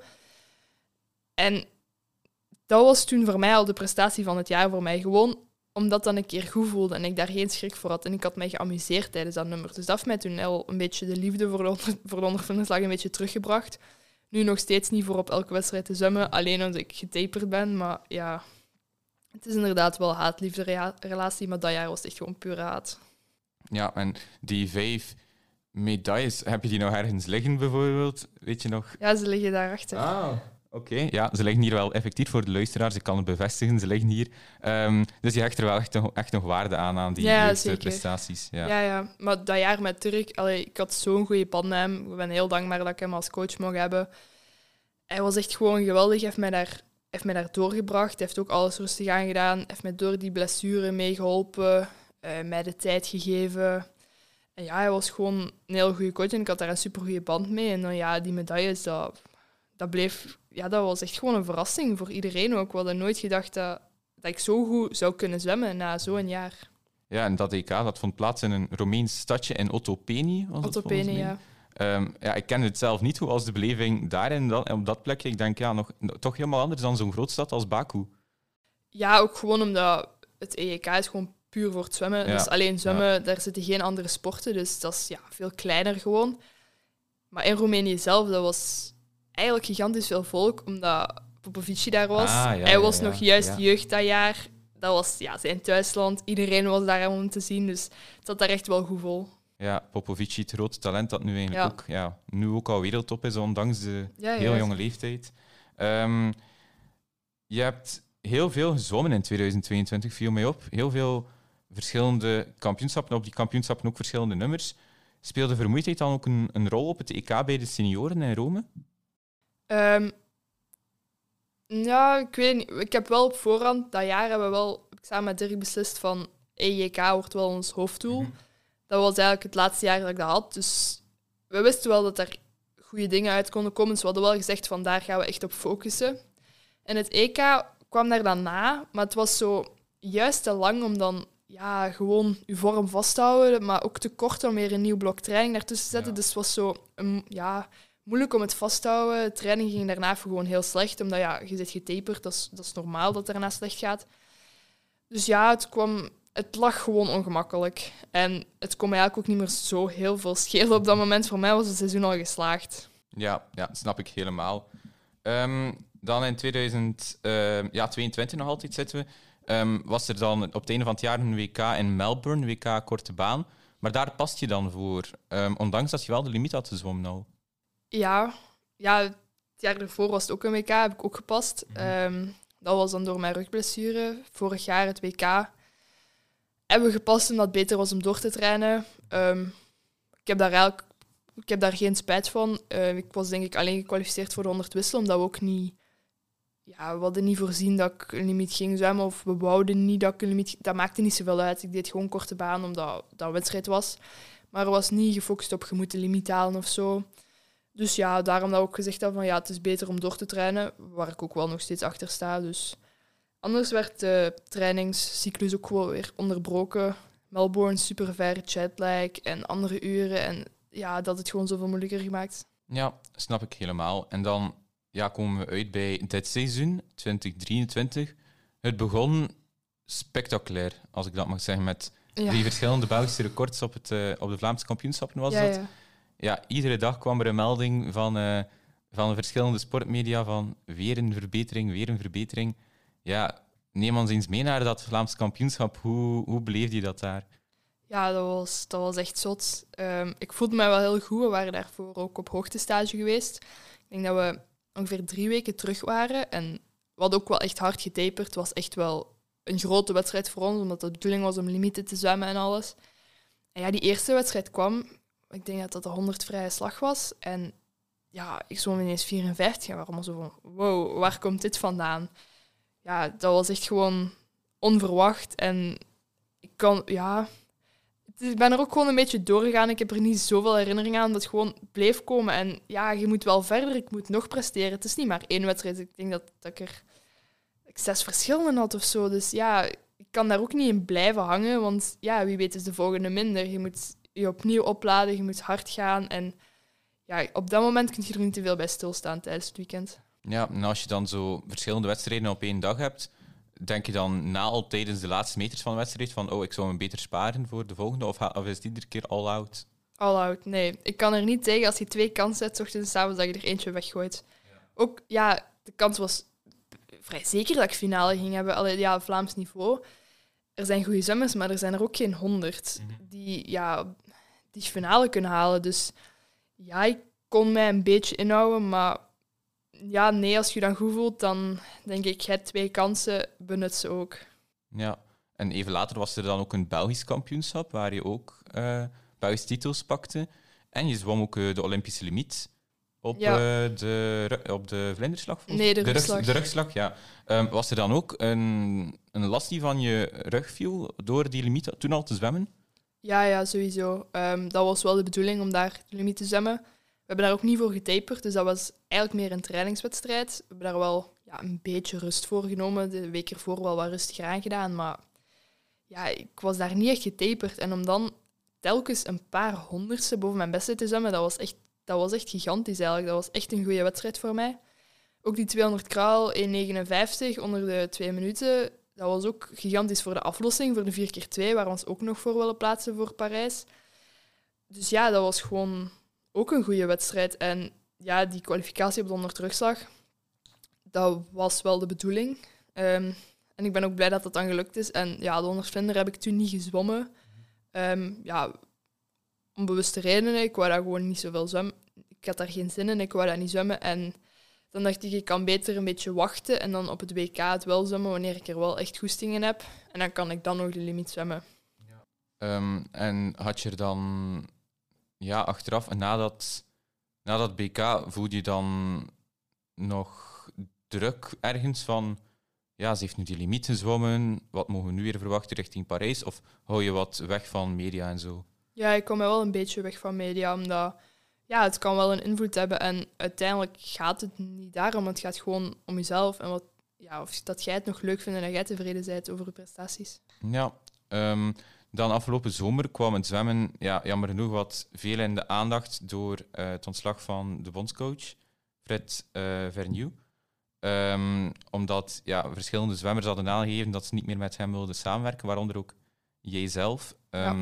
En dat was toen voor mij al de prestatie van het jaar voor mij. Gewoon omdat dat een keer goed voelde en ik daar geen schrik voor had. En ik had mij geamuseerd tijdens dat nummer. Dus dat heeft mij toen al een beetje de liefde voor de ondervinderslag een beetje teruggebracht. Nu nog steeds niet voor op elke wedstrijd te zwemmen, alleen omdat ik getaperd ben. Maar ja, het is inderdaad wel haat-liefde relatie, maar dat jaar was echt gewoon pure haat. Ja, en die 5 medailles, heb je die nog ergens liggen bijvoorbeeld? Weet je nog? Ja, ze liggen daarachter. Oké. Ja, ze liggen hier wel effectief voor de luisteraars. Ik kan het bevestigen, ze liggen hier. Dus je hecht er wel echt nog waarde aan die eerste prestaties. Ja. Maar dat jaar met Turk, ik had zo'n goede band met hem. Ik ben heel dankbaar dat ik hem als coach mocht hebben. Hij was echt gewoon geweldig. Hij heeft mij daar doorgebracht. Hij heeft ook alles rustig aangedaan. Hij heeft mij door die blessure meegeholpen. Mij de tijd gegeven. En ja, hij was gewoon een heel goede coach en ik had daar een supergoeie band mee. En dan die medailles, dat was echt gewoon een verrassing voor iedereen ook. We hadden nooit gedacht dat ik zo goed zou kunnen zwemmen na zo'n jaar. Ja, en dat EK dat vond plaats in een Romeins stadje in Ottopeni. Ottopeni, ja. Ik ken het zelf niet. Hoe was de beleving daarin op dat plekje? Ik denk, toch helemaal anders dan zo'n grootstad als Baku. Ja, ook gewoon omdat het EJK is gewoon puur voor het zwemmen. Dus alleen zwemmen, daar zitten geen andere sporten. Dus dat is veel kleiner gewoon. Maar in Roemenië zelf, dat was eigenlijk gigantisch veel volk, omdat Popovici daar was. Hij was nog juist jeugd dat jaar. Dat was zijn thuisland. Iedereen was daar om te zien. Dus het zat daar echt wel goed vol. Ja, Popovici, het grote talent dat nu eigenlijk nu ook al wereldtop is, ondanks de heel jonge leeftijd. Je hebt heel veel gezwommen in 2022, viel mij op. Heel veel verschillende kampioenschappen, op die kampioenschappen ook verschillende nummers. Speelde vermoeidheid dan ook een rol op het EK bij de senioren in Rome? Ik weet niet. Ik heb wel op voorhand, dat jaar hebben we wel samen met Dirk beslist van EJK wordt wel ons hoofddoel. Dat was eigenlijk het laatste jaar dat ik dat had. Dus we wisten wel dat er goede dingen uit konden komen. Dus we hadden wel gezegd van daar gaan we echt op focussen. En het EK kwam daar dan na, maar het was zo juist te lang om dan gewoon je vorm vast te houden, maar ook te kort om weer een nieuw blok training daartussen te zetten. Ja. Dus het was zo moeilijk om het vast te houden. De training ging daarna even gewoon heel slecht, omdat je zit getaperd. Dat is normaal dat het daarna slecht gaat. Dus het het lag gewoon ongemakkelijk. En het kon mij eigenlijk ook niet meer zo heel veel schelen op dat moment. Voor mij was het seizoen al geslaagd. Ja, dat snap ik helemaal. Dan in 2022 nog altijd zitten we. Was er dan op het einde van het jaar een WK in Melbourne, WK korte baan. Maar daar past je dan voor, ondanks dat je wel de limiet had gezwommen al. Ja, het jaar ervoor was het ook een WK, heb ik ook gepast. Dat was dan door mijn rugblessure. Vorig jaar het WK hebben we gepast omdat het beter was om door te trainen. Ik heb daar geen spijt van. Ik was denk ik alleen gekwalificeerd voor de 100 wissel, omdat we ook niet... Ja, we hadden niet voorzien dat ik een limiet ging zwemmen, of we wouden niet dat ik een limiet... Dat maakte niet zoveel uit. Ik deed gewoon korte baan, omdat dat een wedstrijd was. Maar er was niet gefocust op, je moet de limiet halen of zo. Dus ja, daarom dat we ook gezegd hebben van ja, het is beter om door te trainen, waar ik ook wel nog steeds achter sta. Dus anders werd de trainingscyclus ook gewoon weer onderbroken. Melbourne, super ver, jetlag en andere uren. En ja, dat het gewoon zoveel moeilijker gemaakt. Ja, snap ik helemaal. En dan komen we uit bij dit seizoen, 2023. Het begon spectaculair, als ik dat mag zeggen, met 3 verschillende Belgische records op de Vlaamse kampioenschappen was dat. Ja. Ja, iedere dag kwam er een melding van verschillende sportmedia van weer een verbetering. Ja, neem ons eens mee naar dat Vlaamse kampioenschap. Hoe beleefde je dat daar? Ja, dat was echt zot. Ik voelde mij wel heel goed. We waren daarvoor ook op hoogtestage geweest. Ik denk dat we ongeveer 3 weken terug waren. En we hadden ook wel echt hard getaperd. Het was echt wel een grote wedstrijd voor ons, omdat de bedoeling was om limieten te zwemmen en alles. En ja, die eerste wedstrijd kwam... Ik denk dat de 100 vrije slag was. En ja, ik zwom ineens 54. En waarom zo van, wow, waar komt dit vandaan? Ja, dat was echt gewoon onverwacht. En ik ben er ook gewoon een beetje doorgegaan. Ik heb er niet zoveel herinnering aan, dat het gewoon bleef komen. En ja, je moet wel verder, ik moet nog presteren. Het is niet maar 1 wedstrijd. Ik denk dat ik 6 verschillende had of zo. Dus ja, ik kan daar ook niet in blijven hangen. Want ja, wie weet is de volgende minder. Je moet je opnieuw opladen, je moet hard gaan. En ja, op dat moment kun je er niet te veel bij stilstaan tijdens het weekend. Ja, en als je dan zo verschillende wedstrijden op 1 dag hebt, denk je dan na al tijdens de laatste meters van de wedstrijd van ik zou me beter sparen voor de volgende? Of is het iedere keer all-out? All-out, nee. Ik kan er niet tegen als je 2 kansen hebt, 's ochtends en 's avonds, dat je er eentje weggooit. Ja. Ook, ja, de kans was vrij zeker dat ik finale ging hebben. Allee, ja, Vlaams niveau. Er zijn goede zwemmers, maar er zijn er ook geen 100 die finale kunnen halen. Dus ja, ik kon mij een beetje inhouden, maar ja, nee, als je je dan goed voelt, dan denk ik, je hebt 2 kansen, benut ze ook. Ja, en even later was er dan ook een Belgisch kampioenschap, waar je ook Belgische titels pakte. En je zwom ook de Olympische limiet op de vlinderslag? Nee, de rugslag. De rugslag, ja. Was er dan ook een last die van je rug viel door die limiet toen al te zwemmen? Ja, sowieso. Dat was wel de bedoeling om daar de limiet te zwemmen. We hebben daar ook niet voor getaperd, dus dat was eigenlijk meer een trainingswedstrijd. We hebben daar wel een beetje rust voor genomen. De week ervoor wel wat rustiger aangedaan, maar ja, ik was daar niet echt getaperd. En om dan telkens een paar honderdste boven mijn beste te zwemmen, dat was echt gigantisch eigenlijk. Dat was echt een goede wedstrijd voor mij. Ook die 200 kraal, 1,59 onder de 2 minuten. Dat was ook gigantisch voor de aflossing, voor de 4x2, waar we ons ook nog voor willen plaatsen voor Parijs. Dus ja, dat was gewoon ook een goede wedstrijd. En ja, die kwalificatie op de 100 terugslag, dat was wel de bedoeling. En ik ben ook blij dat dat dan gelukt is. En ja, de 100 vlinder heb ik toen niet gezwommen. Onbewuste redenen. Ik wou daar gewoon niet zoveel zwemmen. Ik had daar geen zin in, ik wou dat niet zwemmen. En dan dacht ik kan beter een beetje wachten en dan op het WK het wel zwemmen wanneer ik er wel echt goesting in heb. En dan kan ik dan nog de limiet zwemmen. Ja. En had je er dan achteraf en na dat WK voelde je dan nog druk ergens van ze heeft nu die limiet gezwommen, wat mogen we nu weer verwachten richting Parijs? Of hou je wat weg van media en zo? Ja, ik kom wel een beetje weg van media, omdat het kan wel een invloed hebben. En uiteindelijk gaat het niet daarom, het gaat gewoon om jezelf en of dat jij het nog leuk vindt en dat jij tevreden bent over je prestaties. Ja, dan afgelopen zomer kwam het zwemmen jammer genoeg wat veel in de aandacht door het ontslag van de bondscoach, Fred Vernieuw. Omdat verschillende zwemmers hadden aangegeven dat ze niet meer met hem wilden samenwerken, waaronder ook jijzelf.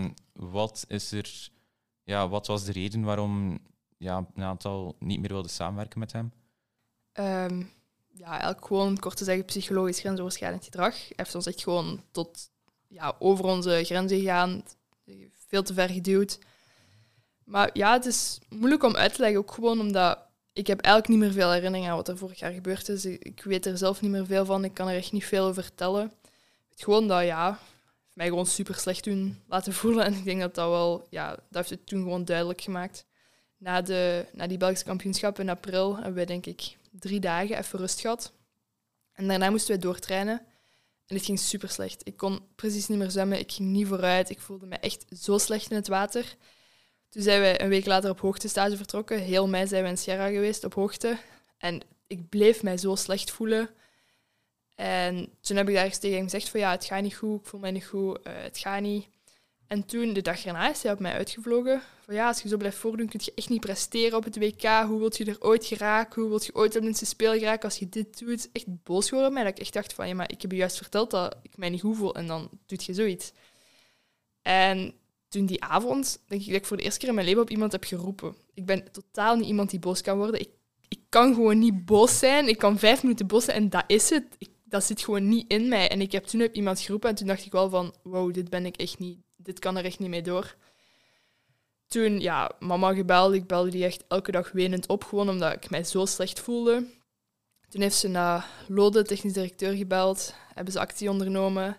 Wat was de reden waarom een aantal niet meer wilde samenwerken met hem? Eigenlijk gewoon, kort te zeggen, psychologisch grensoverschrijdend gedrag. Hij heeft ons echt gewoon tot over onze grenzen gegaan, veel te ver geduwd. Maar ja, het is moeilijk om uit te leggen, ook gewoon omdat ik heb eigenlijk niet meer veel herinnering aan wat er vorig jaar gebeurd is. Ik weet er zelf niet meer veel van, ik kan er echt niet veel over vertellen. Het gewoon dat, mij gewoon super slecht toen laten voelen. En ik denk dat dat heeft het toen gewoon duidelijk gemaakt. Na die Belgische kampioenschap in april hebben wij, denk ik, 3 dagen even rust gehad. En daarna moesten wij doortrainen. En het ging super slecht. Ik kon precies niet meer zwemmen, ik ging niet vooruit. Ik voelde me echt zo slecht in het water. Toen zijn we een week later op hoogtestage vertrokken. Heel mei zijn we in Sierra geweest, op hoogte. En ik bleef mij zo slecht voelen. En toen heb ik daar eens tegen hem gezegd van het gaat niet goed, ik voel mij niet goed, het gaat niet. En toen, de dag erna, is hij op mij uitgevlogen. Van als je zo blijft voordoen, kun je echt niet presteren op het WK. Hoe wil je er ooit geraken? Hoe wil je ooit op de Olympische Spelen geraken als je dit doet? Echt boos geworden op mij, dat ik echt dacht van, maar ik heb je juist verteld dat ik mij niet goed voel en dan doe je zoiets. En toen die avond, denk ik dat ik voor de eerste keer in mijn leven op iemand heb geroepen. Ik ben totaal niet iemand die boos kan worden. Ik kan gewoon niet boos zijn. Ik kan 5 minuten boos zijn en dat is het. Dat zit gewoon niet in mij. En ik heb toen op iemand geroepen en toen dacht ik wel van, wow, dit ben ik echt niet. Dit kan er echt niet mee door. Toen, mama gebeld. Ik belde die echt elke dag wenend op, gewoon omdat ik mij zo slecht voelde. Toen heeft ze naar Lode, technisch directeur, gebeld. Hebben ze actie ondernomen.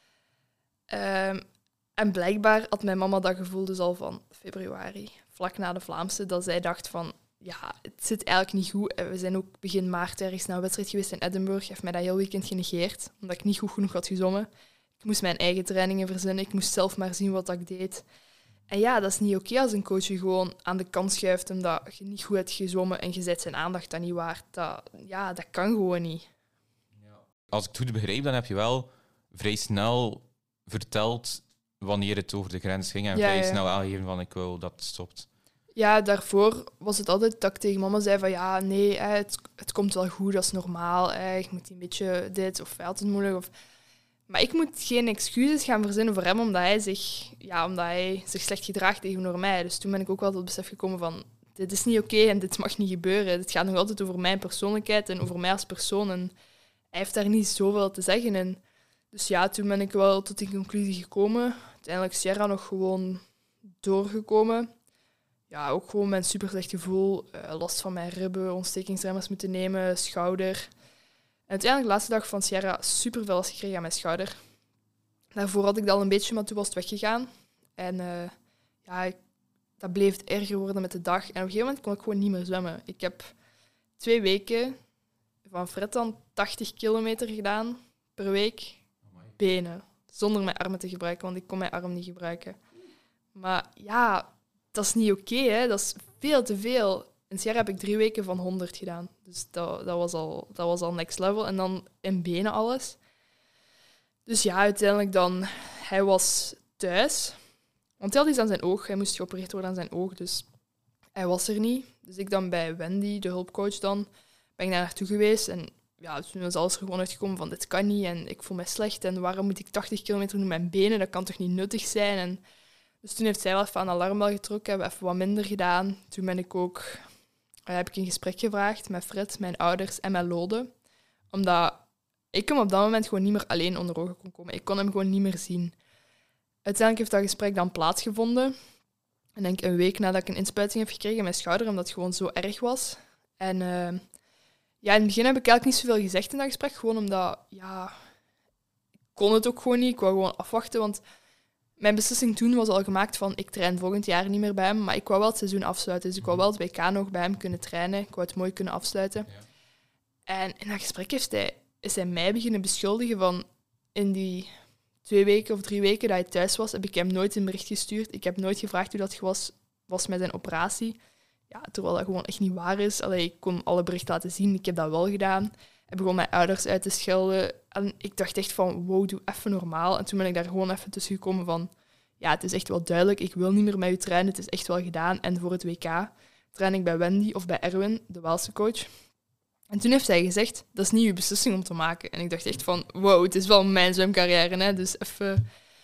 En blijkbaar had mijn mama dat gevoel dus al van februari, vlak na de Vlaamse, dat zij dacht van, het zit eigenlijk niet goed. We zijn ook begin maart ergens naar een wedstrijd geweest in Edinburgh. Heeft mij dat heel weekend genegeerd, omdat ik niet goed genoeg had gezwommen. Ik moest mijn eigen trainingen verzinnen. Ik moest zelf maar zien wat ik deed. En dat is niet oké als een coach je gewoon aan de kant schuift omdat je niet goed hebt gezwommen en je zet zijn aandacht dan niet waard. Dat kan gewoon niet. Ja. Als ik het goed begreep, dan heb je wel vrij snel verteld wanneer het over de grens ging en vrij snel aangegeven van ik wil dat het stopt. Ja, daarvoor was het altijd dat ik tegen mama zei van nee, het komt wel goed, dat is normaal. Je moet een beetje dit of altijd moeilijk. Maar ik moet geen excuses gaan verzinnen voor hem omdat hij zich slecht gedraagt tegenover mij. Dus toen ben ik ook wel tot het besef gekomen van dit is niet oké en dit mag niet gebeuren. Het gaat nog altijd over mijn persoonlijkheid en over mij als persoon. En hij heeft daar niet zoveel te zeggen in. Dus toen ben ik wel tot die conclusie gekomen. Uiteindelijk Sierra nog gewoon doorgekomen. Ook gewoon met een super slecht gevoel. Last van mijn ribben, ontstekingsremmers moeten nemen, schouder. En uiteindelijk de laatste dag van Sierra super veel last gekregen aan mijn schouder. Daarvoor had ik dat al een beetje, maar toen was het weggegaan. En dat bleef erger worden met de dag. En op een gegeven moment kon ik gewoon niet meer zwemmen. Ik heb 2 weken van Fred dan 80 kilometer gedaan per week. Benen. Zonder mijn armen te gebruiken, want ik kon mijn arm niet gebruiken. Maar dat is niet oké, hè. Dat is veel te veel. In Sierra heb ik 3 weken van 100 gedaan. Dus dat was al next level. En dan in benen alles. Dus uiteindelijk dan... Hij was thuis. Want hij had iets aan zijn oog. Hij moest geopereerd worden aan zijn oog. Dus hij was er niet. Dus ik dan bij Wendy, de hulpcoach dan, ben ik daar naartoe geweest. En toen was alles er gewoon uitgekomen van dit kan niet. En ik voel me slecht. En waarom moet ik 80 kilometer doen met mijn benen? Dat kan toch niet nuttig zijn? En dus toen heeft zij wel even aan de alarmbel getrokken. Hebben we even wat minder gedaan. Toen heb ik een gesprek gevraagd met Fred, mijn ouders en met Lode. Omdat ik hem op dat moment gewoon niet meer alleen onder ogen kon komen. Ik kon hem gewoon niet meer zien. Uiteindelijk heeft dat gesprek dan plaatsgevonden. En denk een week nadat ik een inspuiting heb gekregen in mijn schouder, omdat het gewoon zo erg was. En in het begin heb ik eigenlijk niet zoveel gezegd in dat gesprek. Gewoon omdat, ik kon het ook gewoon niet. Ik wou gewoon afwachten, want mijn beslissing toen was al gemaakt van ik train volgend jaar niet meer bij hem, maar ik wou wel het seizoen afsluiten. Dus ik wou wel het WK nog bij hem kunnen trainen. Ik wou het mooi kunnen afsluiten. Ja. En in dat gesprek is hij mij beginnen beschuldigen van in die 2 weken of 3 weken dat hij thuis was, heb ik hem nooit een bericht gestuurd. Ik heb nooit gevraagd hoe dat was met zijn operatie. Terwijl dat gewoon echt niet waar is. Ik kon alle berichten laten zien. Ik heb dat wel gedaan. Ik begon mijn ouders uit te schelden. En ik dacht echt van, wow, doe even normaal. En toen ben ik daar gewoon even tussen gekomen van, het is echt wel duidelijk. Ik wil niet meer met u trainen. Het is echt wel gedaan. En voor het WK train ik bij Wendy of bij Erwin, de Waalse coach. En toen heeft zij gezegd, dat is niet uw beslissing om te maken. En ik dacht echt van, wow, het is wel mijn zwemcarrière. Hè? Dus even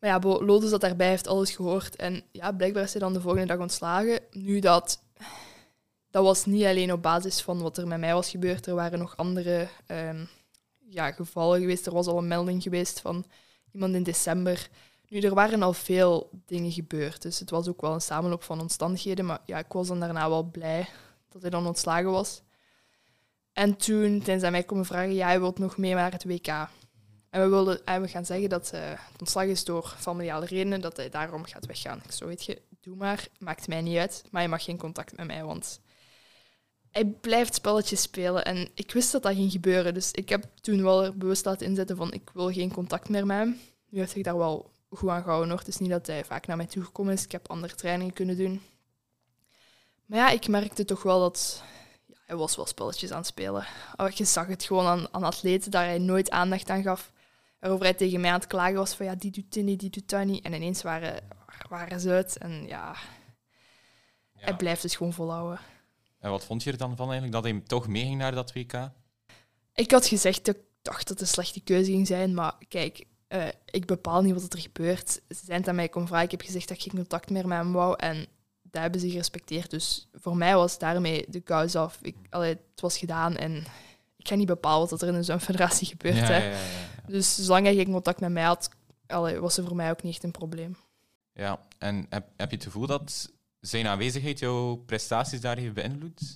Maar ja, Lode zat daarbij, heeft alles gehoord. En ja, blijkbaar is hij dan de volgende dag ontslagen. Nu, dat was niet alleen op basis van wat er met mij was gebeurd. Er waren nog andere gevallen geweest. Er was al een melding geweest van iemand in december. Nu, er waren al veel dingen gebeurd. Dus het was ook wel een samenloop van omstandigheden. Maar ja, ik was dan daarna wel blij dat hij dan ontslagen was. En toen zijn zij mij komen vragen, ja, hij wil nog mee naar het WK. En we gaan zeggen dat het ontslag is door familiale redenen, dat hij daarom gaat weggaan. Ik zo, weet je, doe maar, maakt mij niet uit, maar je mag geen contact met mij, want hij blijft spelletjes spelen. En ik wist dat dat ging gebeuren, dus ik heb toen wel er bewust laten inzetten van, ik wil geen contact meer met hem. Nu heeft hij daar wel goed aan gehouden, hoor. Het is niet dat hij vaak naar mij toegekomen is, ik heb andere trainingen kunnen doen. Maar ja, ik merkte toch wel dat... Hij was wel spelletjes aan het spelen. Je zag het gewoon aan atleten, dat hij nooit aandacht aan gaf. Waarover hij tegen mij aan het klagen was van ja, die doet dit niet, die doet dat niet. En ineens waren ze uit. En ja, hij blijft het gewoon volhouden. En wat vond je er dan van eigenlijk, dat hij toch meeging naar dat WK? Ik had gezegd dat ik dacht dat het een slechte keuze ging zijn. Maar kijk, ik bepaal niet wat er gebeurt. Ze zijn het aan mij komen vragen. Ik heb gezegd dat ik geen contact meer met hem wou. En dat hebben ze gerespecteerd. Dus voor mij was daarmee de kous af. Het was gedaan en ik ga niet bepalen wat er in zo'n federatie gebeurt. Ja. Dus zolang hij geen contact met mij had, was er voor mij ook niet echt een probleem. Ja, en heb je het gevoel dat zijn aanwezigheid jouw prestaties daar heeft beïnvloed?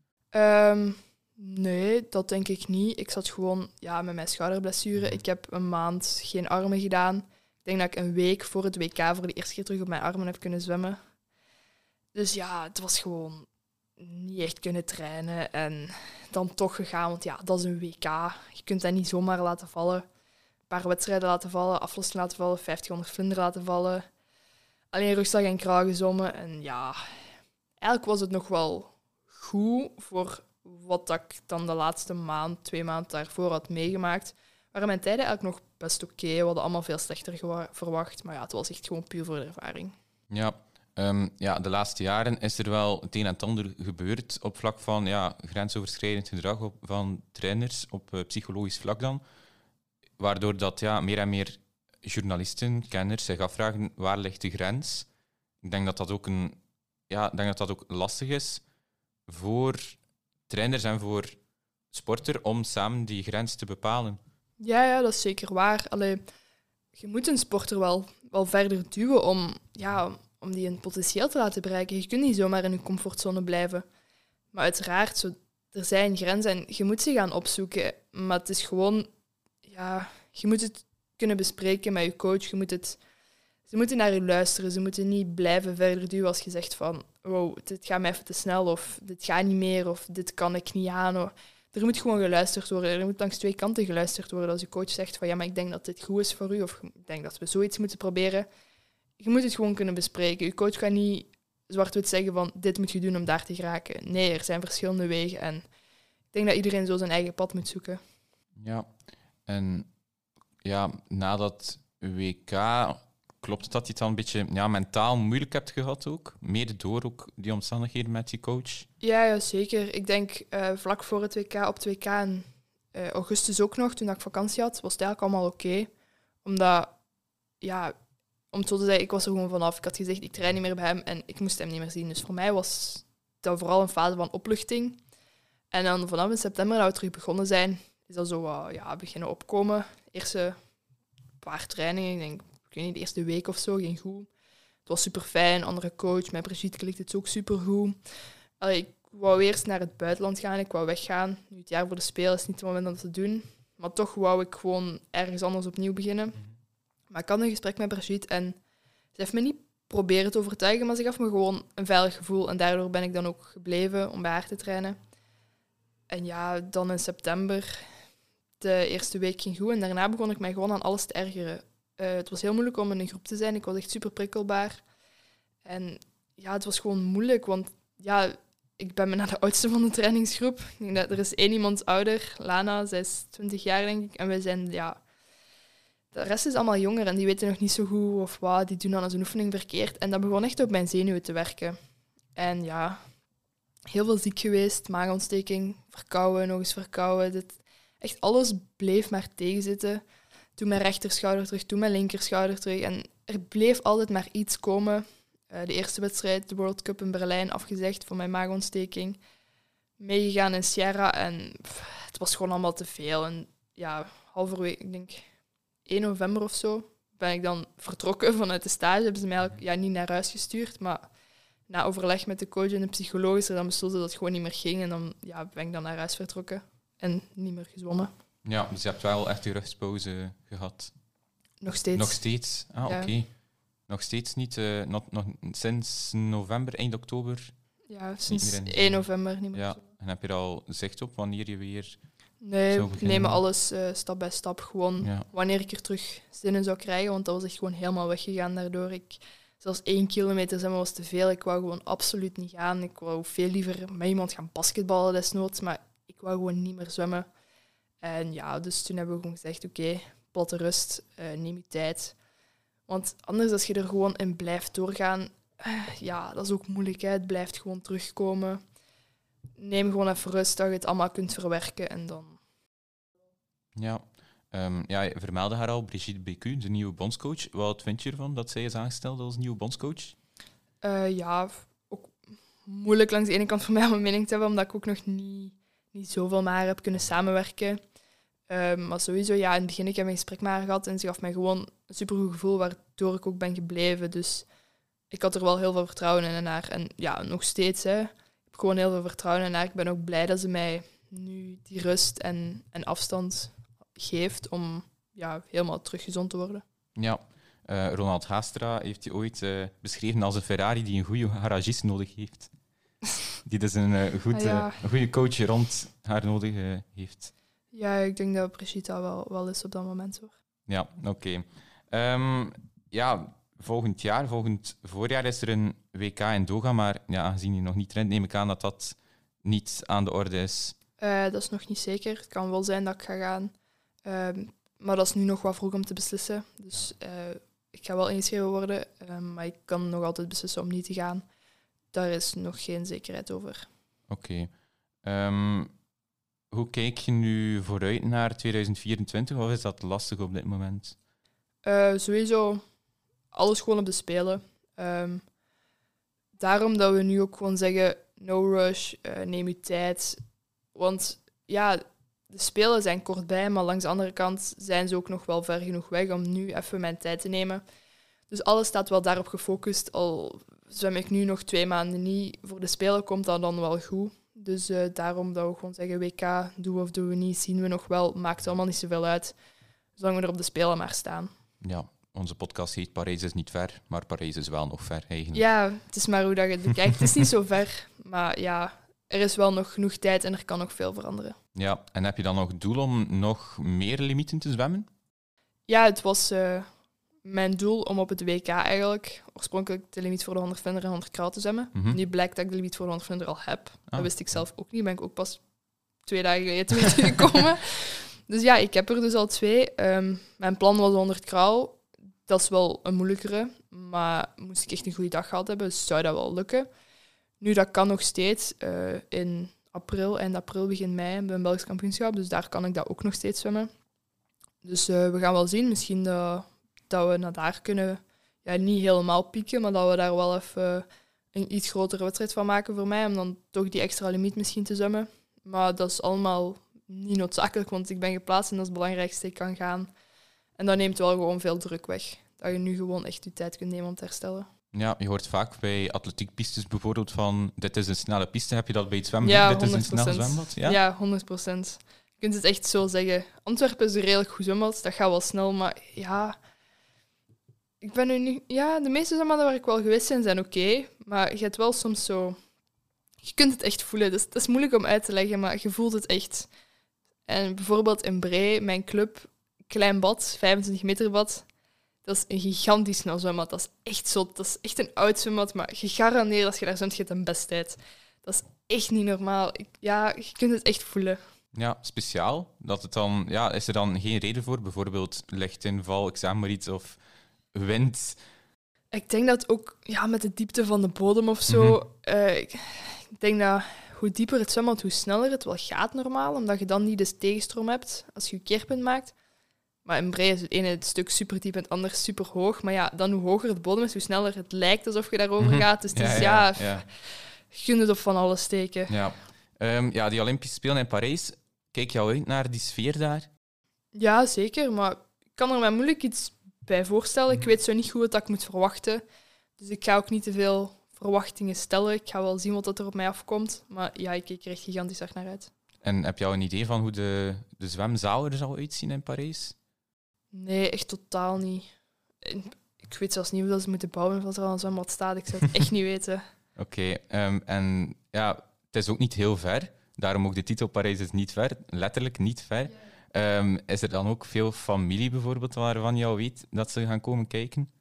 Nee, dat denk ik niet. Ik zat gewoon met mijn schouderblessure. Ik heb een maand geen armen gedaan. Ik denk dat ik een week voor het WK voor de eerste keer terug op mijn armen heb kunnen zwemmen. Dus ja, het was gewoon niet echt kunnen trainen en dan toch gegaan, want ja, dat is een WK. Je kunt dat niet zomaar laten vallen. Een paar wedstrijden laten vallen, aflossen laten vallen, 1500 vlinder laten vallen. Alleen rugzak en kraal gezwommen. En ja, eigenlijk was het nog wel goed voor wat ik dan de laatste maand, 2 maanden daarvoor had meegemaakt. Waren mijn tijden eigenlijk nog best oké. We hadden allemaal veel slechter verwacht. Maar ja, het was echt gewoon puur voor de ervaring. Ja. De laatste jaren is er wel het een en het ander gebeurd op vlak van grensoverschrijdend gedrag van trainers op psychologisch vlak dan. Waardoor dat meer en meer journalisten, kenners zich afvragen, waar ligt de grens? Ik denk dat dat ook lastig is voor trainers en voor sporter om samen die grens te bepalen. Ja, dat is zeker waar. Je moet een sporter wel verder duwen om die een potentieel te laten bereiken. Je kunt niet zomaar in je comfortzone blijven. Maar uiteraard, er zijn grenzen en je moet ze gaan opzoeken. Maar het is gewoon... je moet het kunnen bespreken met je coach. Ze moeten naar je luisteren. Ze moeten niet blijven verder duwen als je zegt van... Wow, dit gaat mij even te snel. Of dit gaat niet meer. Of dit kan ik niet aan. Er moet gewoon geluisterd worden. Er moet langs 2 kanten geluisterd worden. Als je coach zegt van... Ja, maar ik denk dat dit goed is voor u. Of ik denk dat we zoiets moeten proberen... Je moet het gewoon kunnen bespreken. Je coach gaat niet zwart-wit zeggen van dit moet je doen om daar te geraken. Nee, er zijn verschillende wegen en ik denk dat iedereen zo zijn eigen pad moet zoeken. Ja, en na dat WK klopt het dat je het dan een beetje mentaal moeilijk hebt gehad ook? Mede door ook die omstandigheden met je coach? Ja, zeker. Ik denk vlak voor het WK, op het WK in augustus ook nog, toen ik vakantie had, was het eigenlijk allemaal oké. Omdat, om het zo te zeggen, ik was er gewoon vanaf. Ik had gezegd, ik train niet meer bij hem en ik moest hem niet meer zien. Dus voor mij was dat vooral een fase van opluchting. En dan vanaf in september, dat we terug begonnen zijn, is dat zo beginnen opkomen. De eerste paar trainingen, ik weet niet, de eerste week of zo, ging goed. Het was super fijn, andere coach, met Brigitte klikt het ook super goed. Ik wou eerst naar het buitenland gaan, ik wou weggaan. Nu, het jaar voor de Spelen is niet het moment om dat te doen. Maar toch wou ik gewoon ergens anders opnieuw beginnen. Maar ik had een gesprek met Brigitte en ze heeft me niet proberen te overtuigen, maar ze gaf me gewoon een veilig gevoel. En daardoor ben ik dan ook gebleven om bij haar te trainen. En dan in september, de eerste week ging goed. En daarna begon ik mij gewoon aan alles te ergeren. Het was heel moeilijk om in een groep te zijn. Ik was echt super prikkelbaar. En het was gewoon moeilijk, want ik ben bijna de oudste van de trainingsgroep. Ik denk dat er is 1 iemand ouder, Lana, zij is 20 jaar denk ik. En wij zijn, de rest is allemaal jonger en die weten nog niet zo goed of wat. Die doen dan eens een oefening verkeerd. En dat begon echt op mijn zenuwen te werken. En heel veel ziek geweest, maagontsteking, verkouden, nog eens verkouden. Echt alles bleef maar tegenzitten. toen mijn rechterschouder terug, toen mijn linkerschouder terug. En er bleef altijd maar iets komen. De eerste wedstrijd, de World Cup in Berlijn, afgezegd voor mijn maagontsteking. Meegegaan in Sierra en het was gewoon allemaal te veel. En ja, halverwege, ik denk 1 november of zo, ben ik dan vertrokken vanuit de stage. Hebben ze mij eigenlijk niet naar huis gestuurd, maar na overleg met de coach en de psycholoog is er dan besloten dat het gewoon niet meer ging. En dan ben ik dan naar huis vertrokken en niet meer gezwommen. Ja, dus je hebt wel echt je rustpauze gehad. Nog steeds. Nog steeds? Ah, Ja. Oké. Nog steeds niet, nog sinds november, eind oktober? Ja, Niet sinds meer in- 1 november niet meer. Ja. En heb je er al zicht op wanneer je weer... Nee, Zo we beginnen. nemen alles stap bij stap. Gewoon Ja. wanneer ik er terug zin in zou krijgen, want dat was echt gewoon helemaal weggegaan daardoor. Zelfs 1 kilometer zwemmen was te veel. Ik wou gewoon absoluut niet gaan. Ik wou veel liever met iemand gaan basketballen desnoods, maar ik wou gewoon niet meer zwemmen. En ja, dus toen hebben we gewoon gezegd, oké, platte rust, neem je tijd. Want anders als je er gewoon in blijft doorgaan, ja, dat is ook moeilijk. Hè? Het blijft gewoon terugkomen. Neem gewoon even rust, dat je het allemaal kunt verwerken en dan... Ja. Ja, je vermeldde haar al, Brigitte Bécu, de nieuwe bondscoach. Wat vind je ervan dat zij is aangesteld als nieuwe bondscoach? Ja, ook moeilijk langs de ene kant voor mij om een mening te hebben, omdat ik ook nog niet zoveel met haar heb kunnen samenwerken. Maar sowieso, ja, in het begin ik heb een gesprek met haar gehad en ze gaf mij gewoon een supergoed gevoel, waardoor ik ook ben gebleven. Dus ik had er wel heel veel vertrouwen in haar. En ja, nog steeds, hè. Ik heb gewoon heel veel vertrouwen in haar. Ik ben ook blij dat ze mij nu die rust en afstand geeft om ja, helemaal terug gezond te worden. Ja. Ronald Haastra heeft die ooit beschreven als een Ferrari die een goede garagist nodig heeft. Die dus een goede coach rond haar nodig heeft. Ja, ik denk dat Brigitte wel is op dat moment, hoor. Ja, oké. Ja, volgend voorjaar is er een WK in Doha, maar ja, aangezien je nog niet rent, neem ik aan dat dat niet aan de orde is. Dat is nog niet zeker. Het kan wel zijn dat ik ga gaan. Maar dat is nu nog wat vroeg om te beslissen. Dus ik ga wel ingeschreven worden, maar ik kan nog altijd beslissen om niet te gaan. Daar is nog geen zekerheid over. Oké. Hoe kijk je nu vooruit naar 2024? Of is dat lastig op dit moment? Sowieso alles gewoon op de Spelen. Daarom dat we nu ook gewoon zeggen, no rush, neem je tijd. Want ja, de Spelen zijn kortbij, maar langs de andere kant zijn ze ook nog wel ver genoeg weg om nu even mijn tijd te nemen. Dus alles staat wel daarop gefocust. Al zwem ik nu nog 2 maanden niet, voor de Spelen komt dat dan wel goed. Dus daarom dat we gewoon zeggen, WK, doen we of doen we niet, zien we nog wel. Maakt allemaal niet zoveel uit, zolang we er op de Spelen maar staan. Ja, onze podcast heet Parijs is niet ver, maar Parijs is wel nog ver eigenlijk. Ja, het is maar hoe dat je het bekijkt. Het is niet zo ver, maar ja, er is wel nog genoeg tijd en er kan nog veel veranderen. Ja, en heb je dan nog het doel om nog meer limieten te zwemmen? Ja, het was mijn doel om op het WK eigenlijk oorspronkelijk de limiet voor de 100 vlinder en 100 kraal te zwemmen. Mhm. Nu blijkt dat ik de limiet voor de 100 vlinder al heb. Dat Ah. wist ik zelf ook niet. Ben ik ook pas 2 dagen geleden te weten gekomen. Dus ja, ik heb er dus al 2. Mijn plan was 100 kraal. Dat is wel een moeilijkere, maar moest ik echt een goede dag gehad hebben, zou dat wel lukken. Nu, dat kan nog steeds. In april, eind april, begin mei, hebben we een Belgisch kampioenschap, dus daar kan ik dat ook nog steeds zwemmen. Dus we gaan wel zien. Misschien dat we naar daar kunnen, ja, niet helemaal pieken, maar dat we daar wel even een iets grotere wedstrijd van maken voor mij, om dan toch die extra limiet misschien te zwemmen. Maar dat is allemaal niet noodzakelijk, want ik ben geplaatst en dat is het belangrijkste. Ik kan gaan. En dat neemt wel gewoon veel druk weg. Dat je nu gewoon echt je tijd kunt nemen om te herstellen. Ja, je hoort vaak bij atletiekpistes bijvoorbeeld van dit is een snelle piste. Heb je dat bij het zwembad? Ja, Dit is een snel 100%. zwembad? Ja? Ja, 100%. Je kunt het echt zo zeggen. Antwerpen is een redelijk goed zwembad. Dat gaat wel snel, maar ja... Ik ben nu niet... Ja, de meeste zwembaden waar ik wel geweest ben, zijn oké. Maar je hebt wel soms zo... Je kunt het echt voelen. Dus het is moeilijk om uit te leggen, maar je voelt het echt. En bijvoorbeeld in Bree, mijn club, klein bad, 25 meter bad... Dat is een gigantisch snel zwembad. Dat is echt zot. Dat is echt een oud zwembad, maar gegarandeerd als je daar zwemt, je hebt een best tijd. Dat is echt niet normaal. Je kunt het echt voelen. Ja, speciaal. Dat het dan, ja, is er dan geen reden voor? Bijvoorbeeld lichtinval, ik zeg maar iets, of wind. Ik denk dat ook met de diepte van de bodem of zo... Ik denk dat hoe dieper het zwembad, hoe sneller het wel gaat normaal. Omdat je dan niet de tegenstroom hebt als je je keerpunt maakt. Maar in Bree is het ene stuk super diep en het andere super hoog. Maar ja, dan hoe hoger de bodem is, hoe sneller het lijkt alsof je daarover gaat. Dus het is, ja. Je kunt het op van alles steken. Ja. Die Olympische Spelen in Parijs, kijk je al uit naar die sfeer daar? Ja, zeker. Maar ik kan er mij moeilijk iets bij voorstellen. Ik weet zo niet goed wat ik moet verwachten. Dus ik ga ook niet te veel verwachtingen stellen. Ik ga wel zien wat er op mij afkomt. Maar ja, ik kijk er echt gigantisch erg naar uit. En heb je al een idee van hoe de zwemzaal er zal uitzien in Parijs? Nee, echt totaal niet. Ik weet zelfs niet hoe dat ze moeten bouwen als er al een zwembad staat. Ik zou het echt niet weten. Oké, en ja, het is ook niet heel ver. Daarom ook de titel Parijs is niet ver. Letterlijk niet ver. Is er dan ook veel familie bijvoorbeeld waarvan je al weet dat ze gaan komen kijken?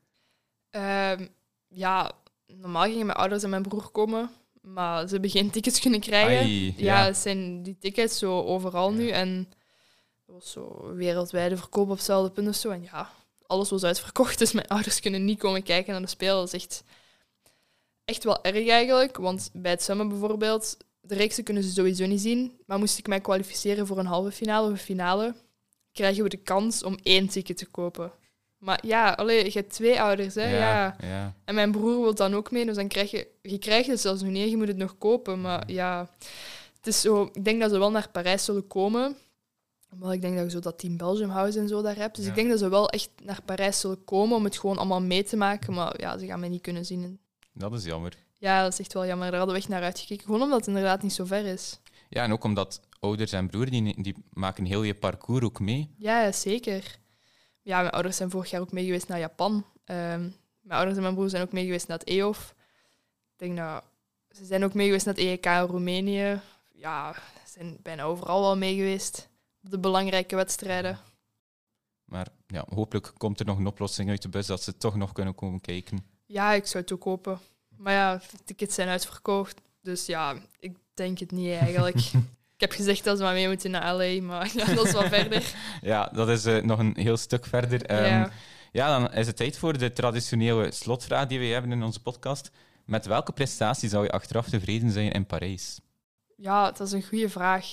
Ja, normaal gingen mijn ouders en mijn broer komen. Maar ze hebben geen tickets kunnen krijgen. Ai, ja, het zijn die tickets zo overal nu. En dat was zo wereldwijde verkoop op hetzelfde punt of zo. En ja, alles was uitverkocht. Dus mijn ouders kunnen niet komen kijken naar de Spelen. Dat is echt wel erg eigenlijk. Want bij het zwemmen bijvoorbeeld, de reeksen kunnen ze sowieso niet zien. Maar moest ik mij kwalificeren voor een halve finale of een finale, krijgen we de kans om 1 ticket te kopen. Maar ja, je hebt 2 ouders, hè. Ja. En mijn broer wil dan ook mee, dus dan krijg je krijgt het zelfs nog niet, je moet het nog kopen. Maar ja, het is zo, ik denk dat ze wel naar Parijs zullen komen. Omdat ik denk dat je zo dat Team Belgium House en zo daar hebt. Dus ik denk dat ze wel echt naar Parijs zullen komen om het gewoon allemaal mee te maken. Maar ja, ze gaan mij niet kunnen zien. Dat is jammer. Ja, dat is echt wel jammer. Daar hadden we echt naar uitgekeken. Gewoon omdat het inderdaad niet zo ver is. Ja, en ook omdat ouders en broer, die maken heel je parcours ook mee. Ja, zeker. Ja, mijn ouders zijn vorig jaar ook mee geweest naar Japan. Mijn ouders en mijn broer zijn ook mee geweest naar het EOF. Ik denk dat ze zijn ook mee geweest naar het EEK in Roemenië. Ja, ze zijn bijna overal wel mee geweest. Op de belangrijke wedstrijden. Maar ja, hopelijk komt er nog een oplossing uit de bus dat ze toch nog kunnen komen kijken. Ja, ik zou het ook hopen. Maar ja, de tickets zijn uitverkocht. Dus ja, ik denk het niet eigenlijk. Ik heb gezegd dat ze maar mee moeten naar LA, maar ja, dat is wel verder. Ja, dat is nog een heel stuk verder. Ja, dan is het tijd voor de traditionele slotvraag die we hebben in onze podcast. Met welke prestatie zou je achteraf tevreden zijn in Parijs? Ja, dat is een goede vraag.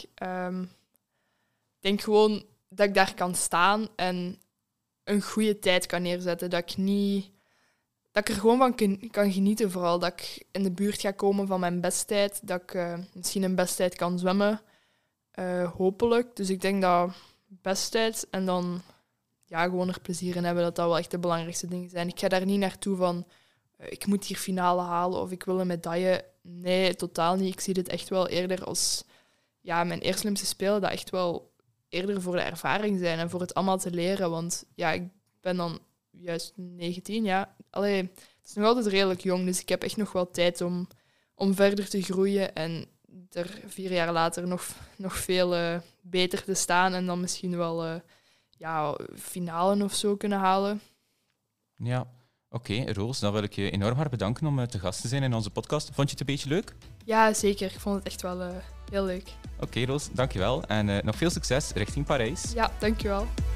Ik denk gewoon dat ik daar kan staan en een goede tijd kan neerzetten. Dat ik er gewoon van kan genieten, vooral. Dat ik in de buurt ga komen van mijn besttijd. Dat ik misschien een besttijd kan zwemmen. Hopelijk. Dus ik denk dat besttijd en dan gewoon er plezier in hebben, dat wel echt de belangrijkste dingen zijn. Ik ga daar niet naartoe van ik moet hier finale halen of ik wil een medaille. Nee, totaal niet. Ik zie dit echt wel eerder als mijn eerste Olympische Spelen, dat echt wel eerder voor de ervaring zijn en voor het allemaal te leren. Want ja, ik ben dan juist 19, ja. Allee, het is nog altijd redelijk jong, dus ik heb echt nog wel tijd om verder te groeien en er 4 jaar later nog veel beter te staan en dan misschien wel finale of zo kunnen halen. Ja, oké, Roos, dan wil ik je enorm hard bedanken om te gast te zijn in onze podcast. Vond je het een beetje leuk? Ja, zeker. Ik vond het echt wel heel leuk. Oké, Roos, dankjewel. En nog veel succes richting Parijs. Ja, dankjewel.